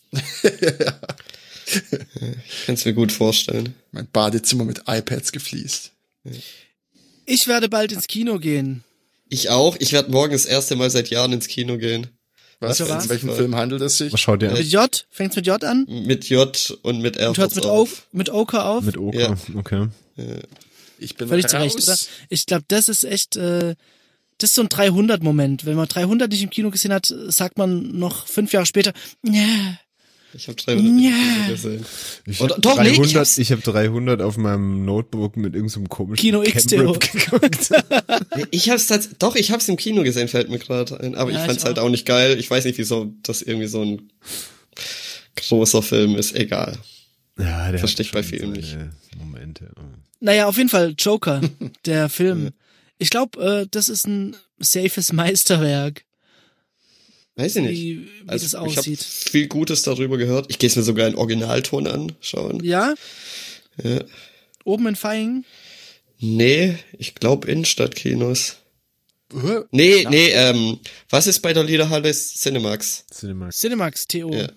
Ich kann es mir gut vorstellen. Mein Badezimmer mit iPads gefliest. Ich werde bald ins Kino gehen. Ich auch. Ich werde morgen das erste Mal seit Jahren ins Kino gehen. Was, Was? in welchem Film handelt es sich? Was schaut ihr Mit an? J, fängt's mit J an? Mit J und mit R. Und hört's mit auf, mit Oker auf? Mit Oka, Ja. okay. Ich bin Völlig raus. zu Recht, oder? Ich glaube, das ist echt, äh, das ist so ein dreihundert-Moment. Wenn man dreihundert nicht im Kino gesehen hat, sagt man noch fünf Jahre später, ja, Ich habe dreihundert Ja. Kino gesehen. Ich Oder- hab doch, nee, ich dreihundert, hab's- ich habe dreihundert auf meinem Notebook mit irgendeinem komischen Kino X T O. Cam-Rip geguckt. Nee, Ich hab's tats- doch, ich hab's im Kino gesehen, fällt mir gerade ein. Aber Ja, ich fand's ich halt auch. auch nicht geil. Ich weiß nicht, wieso das irgendwie so ein großer Film ist. Egal. Ja, der Versteh ich hat bei schon vielen seine Momente. Naja, auf jeden Fall Joker, der Film. Ich glaube, äh, das ist ein safes Meisterwerk, Weiß ich nicht. wie, wie Also, das ich habe aussieht. viel Gutes darüber gehört. Ich gehe es mir sogar in Originalton anschauen. Ja? Ja. Oben in Feingen? Nee, ich glaube Innenstadtkinos. Äh, Nee, nee, ähm, was ist bei der Liederhalle Cinemax? Cinemax. Cinemax, T O. Ja.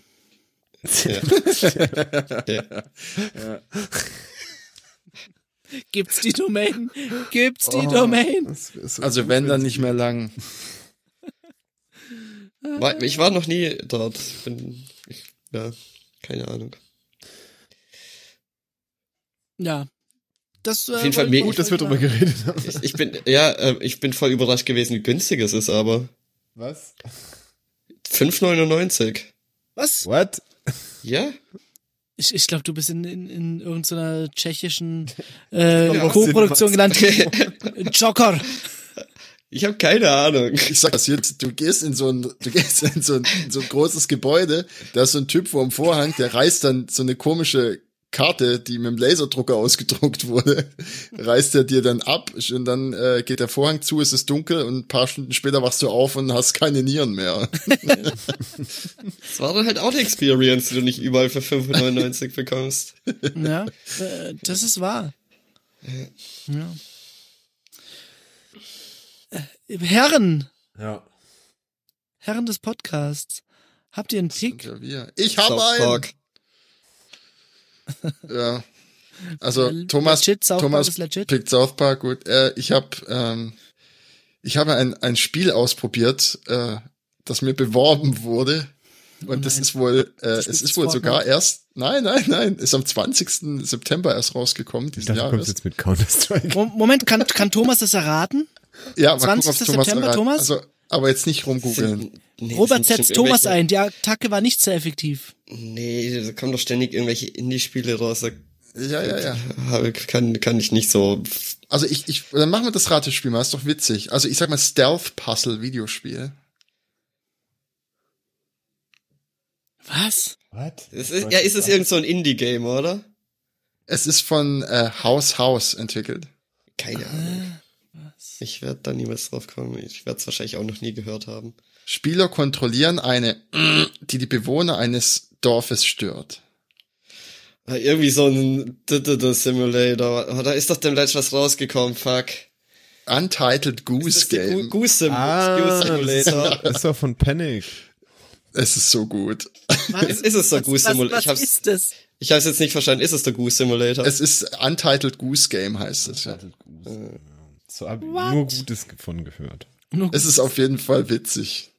Ja. Gibt's die Domain? Gibt's die Oh. Domain? Das wär so Also wenn, dann nicht mehr lang. War, ich war noch nie dort. Ich bin, ich, ja, keine Ahnung. Ja. Das, äh, Auf jeden Fall wollte me- ich Gut, dass wir euch drüber sagen. geredet haben. Ich, ich bin, ja, äh, ich bin voll überrascht gewesen, wie günstig es ist, aber Was? fünf neunundneunzig. Was? What? Ja? Ich, ich glaube, du bist in, in, in irgendeiner tschechischen äh, Ja, Co-Produktion gelandet. Joker. Ich habe keine Ahnung. Ich sag das jetzt, du gehst in so ein, du gehst in so ein, in so ein großes Gebäude, da ist so ein Typ vor dem Vorhang, der reißt dann so eine komische Karte, die mit dem Laserdrucker ausgedruckt wurde, reißt er dir dann ab und dann äh, geht der Vorhang zu, es ist dunkel und ein paar Stunden später wachst du auf und hast keine Nieren mehr. Das war dann halt auch eine Experience, die du nicht überall für fünf neunundneunzig bekommst. Ja, äh, das ist wahr. Ja. Äh, Herren, Ja. Herren des Podcasts, habt ihr einen Pick? Ja, wir. Ich hab South einen. Park. Ja. Also Äh, Thomas, legit, South Park Thomas ist legit. pickt South Park, gut. Äh, ich habe ähm, ich habe ein, ein Spiel ausprobiert, äh, das mir beworben wurde. Und Oh das nein. ist wohl, äh, Du es spielst ist wohl Fortnite? sogar erst, nein, nein, nein, ist am zwanzigsten September erst rausgekommen, Ich diesen dachte, du kommst Jahres. jetzt mit Counter-Strike. Mo- Moment, kann, kann Thomas das erraten? Ja, mal gucken, zwanzigsten ob Thomas September, errat- Thomas? Also, aber jetzt nicht rumgoogeln. Sind- nee, Robert sind setzt bestimmt Thomas irgendwelche- ein. Die Attacke war nicht sehr effektiv. Nee, da kommen doch ständig irgendwelche Indie-Spiele raus. Da Ja, ja, ja. habe- kann, kann ich nicht so. Also ich, ich, dann machen wir das Ratespiel mal, ist doch witzig. Also ich sag mal Stealth-Puzzle-Videospiel. Was? What? Es ist, ja, ist es irgend so ein Indie-Game, oder? Es ist von äh, House House entwickelt. Keine Ahnung. Ich werde da niemals drauf kommen. Ich werde es wahrscheinlich auch noch nie gehört haben. Spieler kontrollieren eine, die die Bewohner eines Dorfes stört. Ah, irgendwie so ein Simulator. Oh, da ist doch demnächst was rausgekommen, fuck. Untitled Das Goose ist der Gu- Game. Goose, Sim Ah, Goose Simulator. Das ist doch von Panic. Es ist so gut. Was? Ist, ist es so was, Goose was, Simulator? was Ich hab's, ist das? Ich habe es jetzt nicht verstanden. Ist es der Goose Simulator? Es ist Untitled Goose Game, heißt es. Ja. Goose. Ja. So habe ich nur Gutes von gehört. Es ist auf jeden Fall witzig.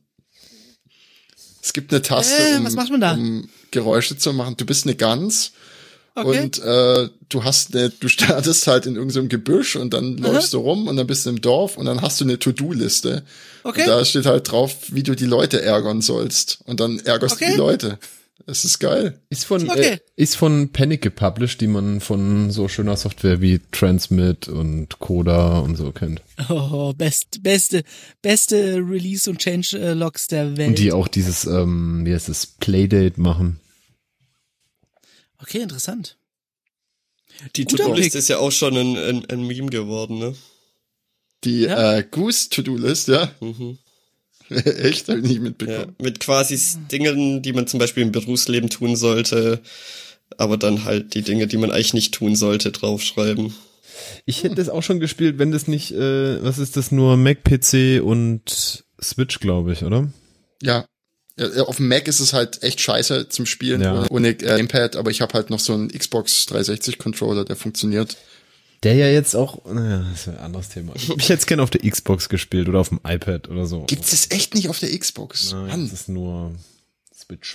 Es gibt eine Taste, äh, um, was macht man da? um Geräusche zu machen. Du bist eine Gans Okay. und äh, du hast eine, du startest halt in irgendeinem Gebüsch und dann Aha. läufst du rum und dann bist du im Dorf und dann hast du eine To-Do-Liste. Okay. Und da steht halt drauf, wie du die Leute ärgern sollst. Und dann ärgerst Okay. du die Leute. Es ist geil. Ist von, Okay. äh, ist von Panic gepublished, die man von so schöner Software wie Transmit und Coda und so kennt. Oh, best, beste, beste Release- und Change-Logs der Welt. Und die auch dieses, ähm, wie heißt es, Playdate machen. Okay, interessant. Die Guter To-Do-Liste Blick. ist ja auch schon ein, ein, ein Meme geworden, ne? Die Ja. äh, Goose-To-Do-List, ja. Mhm. Echt? Hab ich nicht Ja, mitbekommen. mit quasi Dingen, die man zum Beispiel im Berufsleben tun sollte, aber dann halt die Dinge, die man eigentlich nicht tun sollte, draufschreiben. Ich hätte das auch schon gespielt, wenn das nicht, äh, was ist das, nur Mac, P C und Switch, glaube ich, oder? Ja. Ja, auf dem Mac ist es halt echt scheiße zum Spielen Ja. ohne, ohne äh, Gamepad, aber ich habe halt noch so einen Xbox dreihundertsechzig Controller, der funktioniert. Der ja jetzt auch, naja, das ist ein anderes Thema. Ich hätte jetzt gerne auf der Xbox gespielt oder auf dem iPad oder so. Gibt's das echt nicht auf der Xbox? Nein, Mann. das ist nur Switch.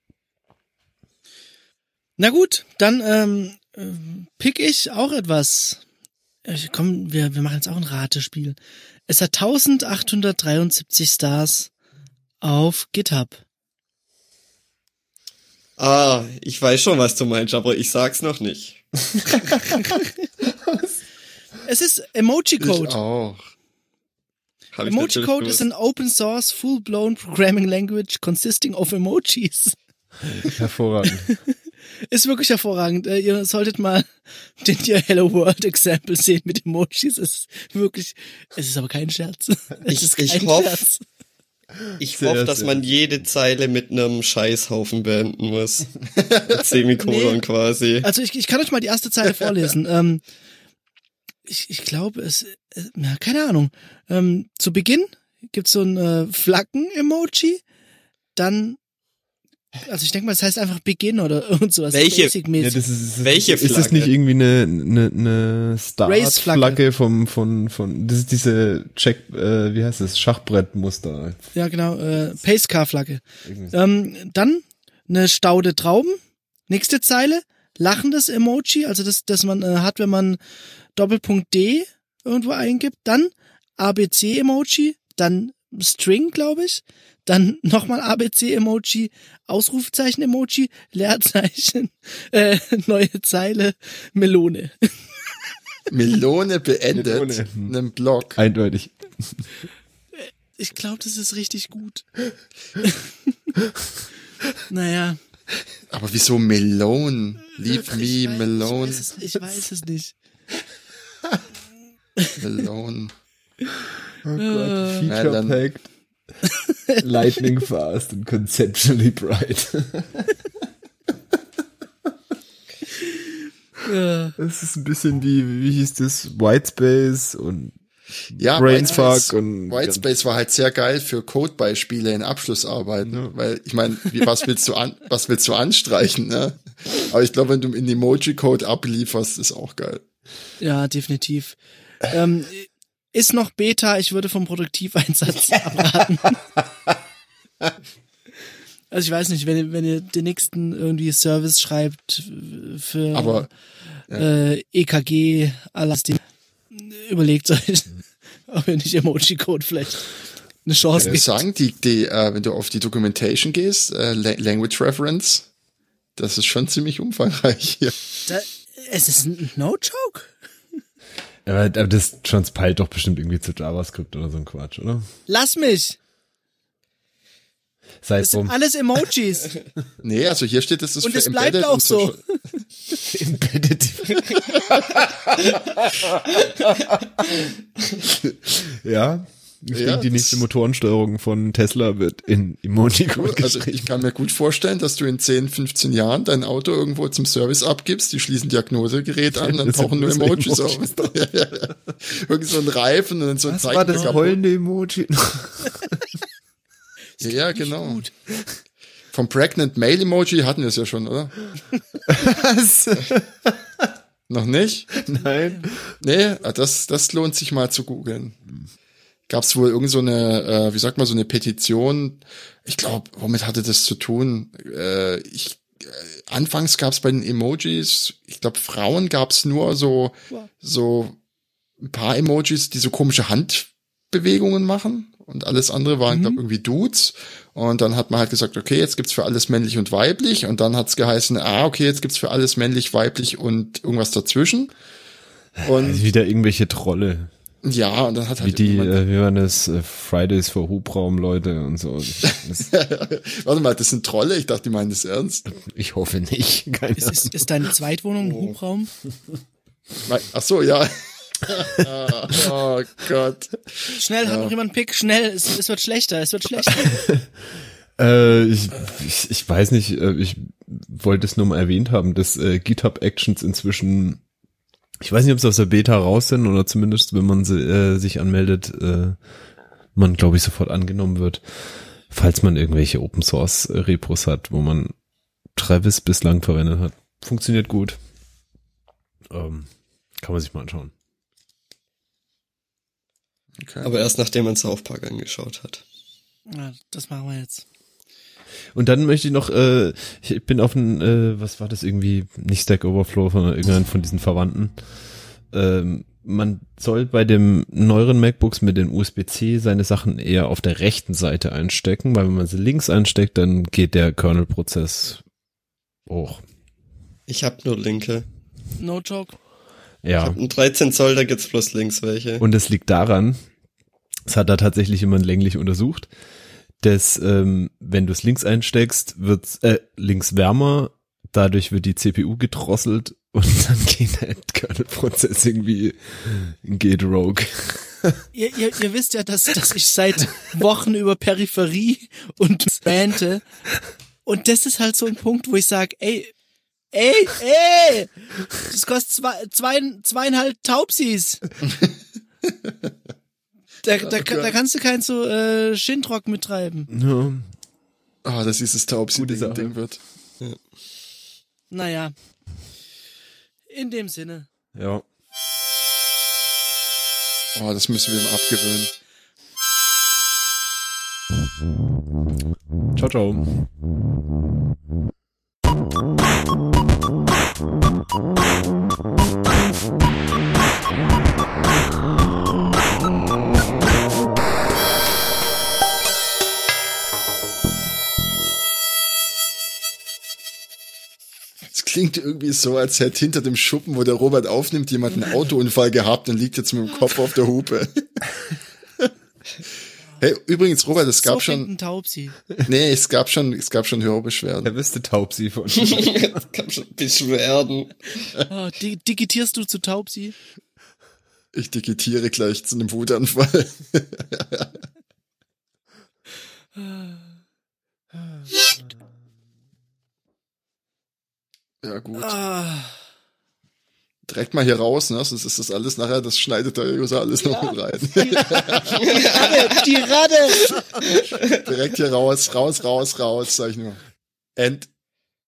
Na gut, dann ähm, ähm, pick ich auch etwas. Ich, komm, wir, wir machen jetzt auch ein Ratespiel. Es hat eintausendachthundertdreiundsiebzig Stars auf GitHub. Ah, ich weiß schon, was du meinst, aber ich sag's noch nicht. Es ist Emoji Ich Code. auch. Hab ich Emoji natürlich Code gewusst. is an open source, full-blown programming language consisting of emojis. Hervorragend. Ist wirklich hervorragend. Äh, ihr solltet mal den ihr Hello World Example sehen mit Emojis. Es ist wirklich, es ist aber kein Scherz. Es Ich- ist kein ich hoff- Scherz. Ich Sehr, hoffe, dass sehr man jede Zeile mit einem Scheißhaufen beenden muss. Mit Semikolon Nee. quasi. Also ich, ich kann euch mal die erste Zeile vorlesen. ähm, ich, ich glaube, es, äh, ja, keine Ahnung. Ähm, zu Beginn gibt's so ein äh, Flaggen-Emoji, dann, also ich denke mal, das heißt einfach Beginn oder irgend sowas. Welche? Basic-mäßig. Ja, das ist, Welche ist das Flagge? nicht irgendwie eine, eine, eine Race-Flagge. Start-Flagge vom, von, von, das ist diese Check, äh, wie heißt das, Schachbrettmuster. Ja, genau, äh, Pacecar-Flagge. Irgendwie so. Ähm, dann eine Staude Trauben. Nächste Zeile, lachendes Emoji, also das, das man äh, hat, wenn man Doppelpunkt D irgendwo eingibt. Dann A B C-Emoji, dann String, glaube ich. Dann nochmal A B C-Emoji, Ausrufezeichen-Emoji, Leerzeichen, äh, neue Zeile, Melone. Melone beendet Melone. einen Blog. Eindeutig. Ich glaube, das ist richtig gut. Naja, Aber wieso Melone? Leave me ich weiß, Melone. Ich weiß, es, ich weiß es nicht. Melone. Oh Äh, Gott, Ja, dann- Feature-packed. Lightning fast and conceptually bright. Äh, Das ist ein bisschen wie, wie hieß das, Whitespace und Ja, Brainfuck Whitespace, und- Whitespace war halt sehr geil für Codebeispiele in Abschlussarbeiten, Ja. weil ich meine, wie was willst du an, was willst du anstreichen, ne? Aber ich glaube, wenn du einen Emoji-Code ablieferst, ist auch geil. Ja, definitiv. Ähm, ist noch Beta, ich würde vom Produktiveinsatz abraten. Also ich weiß nicht, wenn ihr, wenn ihr den nächsten irgendwie Service schreibt für Aber äh, E K G, alles, die, überlegt euch, ob ihr nicht Emoji-Code vielleicht eine Chance ich gibt. muss sagen, die, die, äh, wenn du auf die Documentation gehst, äh, La- Language Reference, das ist schon ziemlich umfangreich hier. Da, es ist ein No-Joke. Aber, aber das transpilt doch bestimmt irgendwie zu JavaScript oder so ein Quatsch, oder? Lass mich. Sei Das es sind drum. alles Emojis. Nee, also hier steht, das ist Und für es bleibt Embedded auch und so. Embedded. Ja. Ich Ja, denke, die nächste das- Motorensteuerung von Tesla wird in Emoji-Code Also geschrieben. ich kann mir gut vorstellen, dass du in zehn, fünfzehn Jahren dein Auto irgendwo zum Service abgibst, die schließen Diagnosegerät an, dann Das sind tauchen nur bloß Emojis auf. Emojis Ja, ja, ja. Irgend so ein Reifen und dann so ein Was war das kaputt. heulende Emoji? Ja, ja, genau. Gut. vom Pregnant Male Emoji hatten wir es ja schon, oder? Was? Noch nicht? Nein. Nee, das, das lohnt sich mal zu googeln. Gab's wohl irgend so eine, äh, wie sagt man, so eine Petition. Ich glaube, womit hatte das zu tun? Äh, ich, äh, anfangs gab's bei den Emojis, ich glaube, Frauen gab's nur so, so ein paar Emojis, die so komische Handbewegungen machen. Und alles andere waren, mhm. glaube irgendwie Dudes. Und dann hat man halt gesagt, okay, jetzt gibt's für alles männlich und weiblich. Und dann hat's geheißen, ah, okay, jetzt gibt's für alles männlich, weiblich und irgendwas dazwischen. Und also wieder irgendwelche Trolle. Ja, und dann hat halt wie die, äh, wie waren das, äh, Fridays for Hubraum-Leute und so. Das, warte mal, das sind Trolle? Ich dachte, die meinen das ernst. Ich hoffe nicht. Keine ist, ist, ist deine Zweitwohnung ein oh. Hubraum? Ach so, ja. Oh Gott. Schnell, hat ja. noch jemand einen Pick? Schnell, es, es wird schlechter, es wird schlechter. äh, ich, ich, ich weiß nicht, ich wollte es nur mal erwähnt haben, dass äh, GitHub Actions inzwischen, ich weiß nicht, ob sie aus der Beta raus sind oder zumindest, wenn man sie, äh, sich anmeldet, äh, man, glaube ich, sofort angenommen wird, falls man irgendwelche Open Source Repos hat, wo man Travis bislang verwendet hat. Funktioniert gut. Ähm, kann man sich mal anschauen. Okay. Aber erst nachdem man South Park angeschaut hat. Ja, das machen wir jetzt. Und dann möchte ich noch, äh, ich bin auf ein, äh, was war das irgendwie, nicht Stack Overflow, sondern irgendein von diesen Verwandten. Ähm, man soll bei dem neueren MacBooks mit den U S B C seine Sachen eher auf der rechten Seite einstecken, weil wenn man sie links einsteckt, dann geht der Kernel-Prozess hoch. Ich habe nur linke. No joke. Ja. Ich hab einen dreizehn Zoll, da gibt's bloß links welche. Und es liegt daran, das hat da tatsächlich jemand länglich untersucht, dass ähm, wenn du es links einsteckst, wird's äh, links wärmer, dadurch wird die C P U gedrosselt und dann geht der Kernel-Prozess irgendwie geht rogue. Ihr, ihr, ihr wisst ja, dass, dass ich seit Wochen über Peripherie und rante und das ist halt so ein Punkt, wo ich sage, ey, Ey, ey! Das kostet zwei, zwei, zweieinhalb Taubsis. Da, da, okay. da kannst du kein so äh, Shintrock mittreiben. Ja. Ah, oh, dass dieses Taubsi-Ding wird. Ja. Naja. In dem Sinne. Ja. Oh, das müssen wir ihm abgewöhnen. Ciao, ciao. Es klingt irgendwie so, als hätte hinter dem Schuppen, wo der Robert aufnimmt, jemand einen Autounfall gehabt und liegt jetzt mit dem Kopf auf der Hupe. Hey, übrigens, Robert, es gab so schon, Taubsi. nee, es gab schon, es gab schon Hörbeschwerden. Er wüsste Taubsi von. Es gab schon Beschwerden. Oh, di- digitierst du zu Taubsi? Ich digitiere gleich zu einem Wutanfall. Ja, gut. Ah. Direkt mal hier raus, ne? Sonst ist das alles nachher, das schneidet der User alles ja. noch mit rein. Die Radde, die Radde. Direkt hier raus, raus, raus, raus, sag ich nur. End.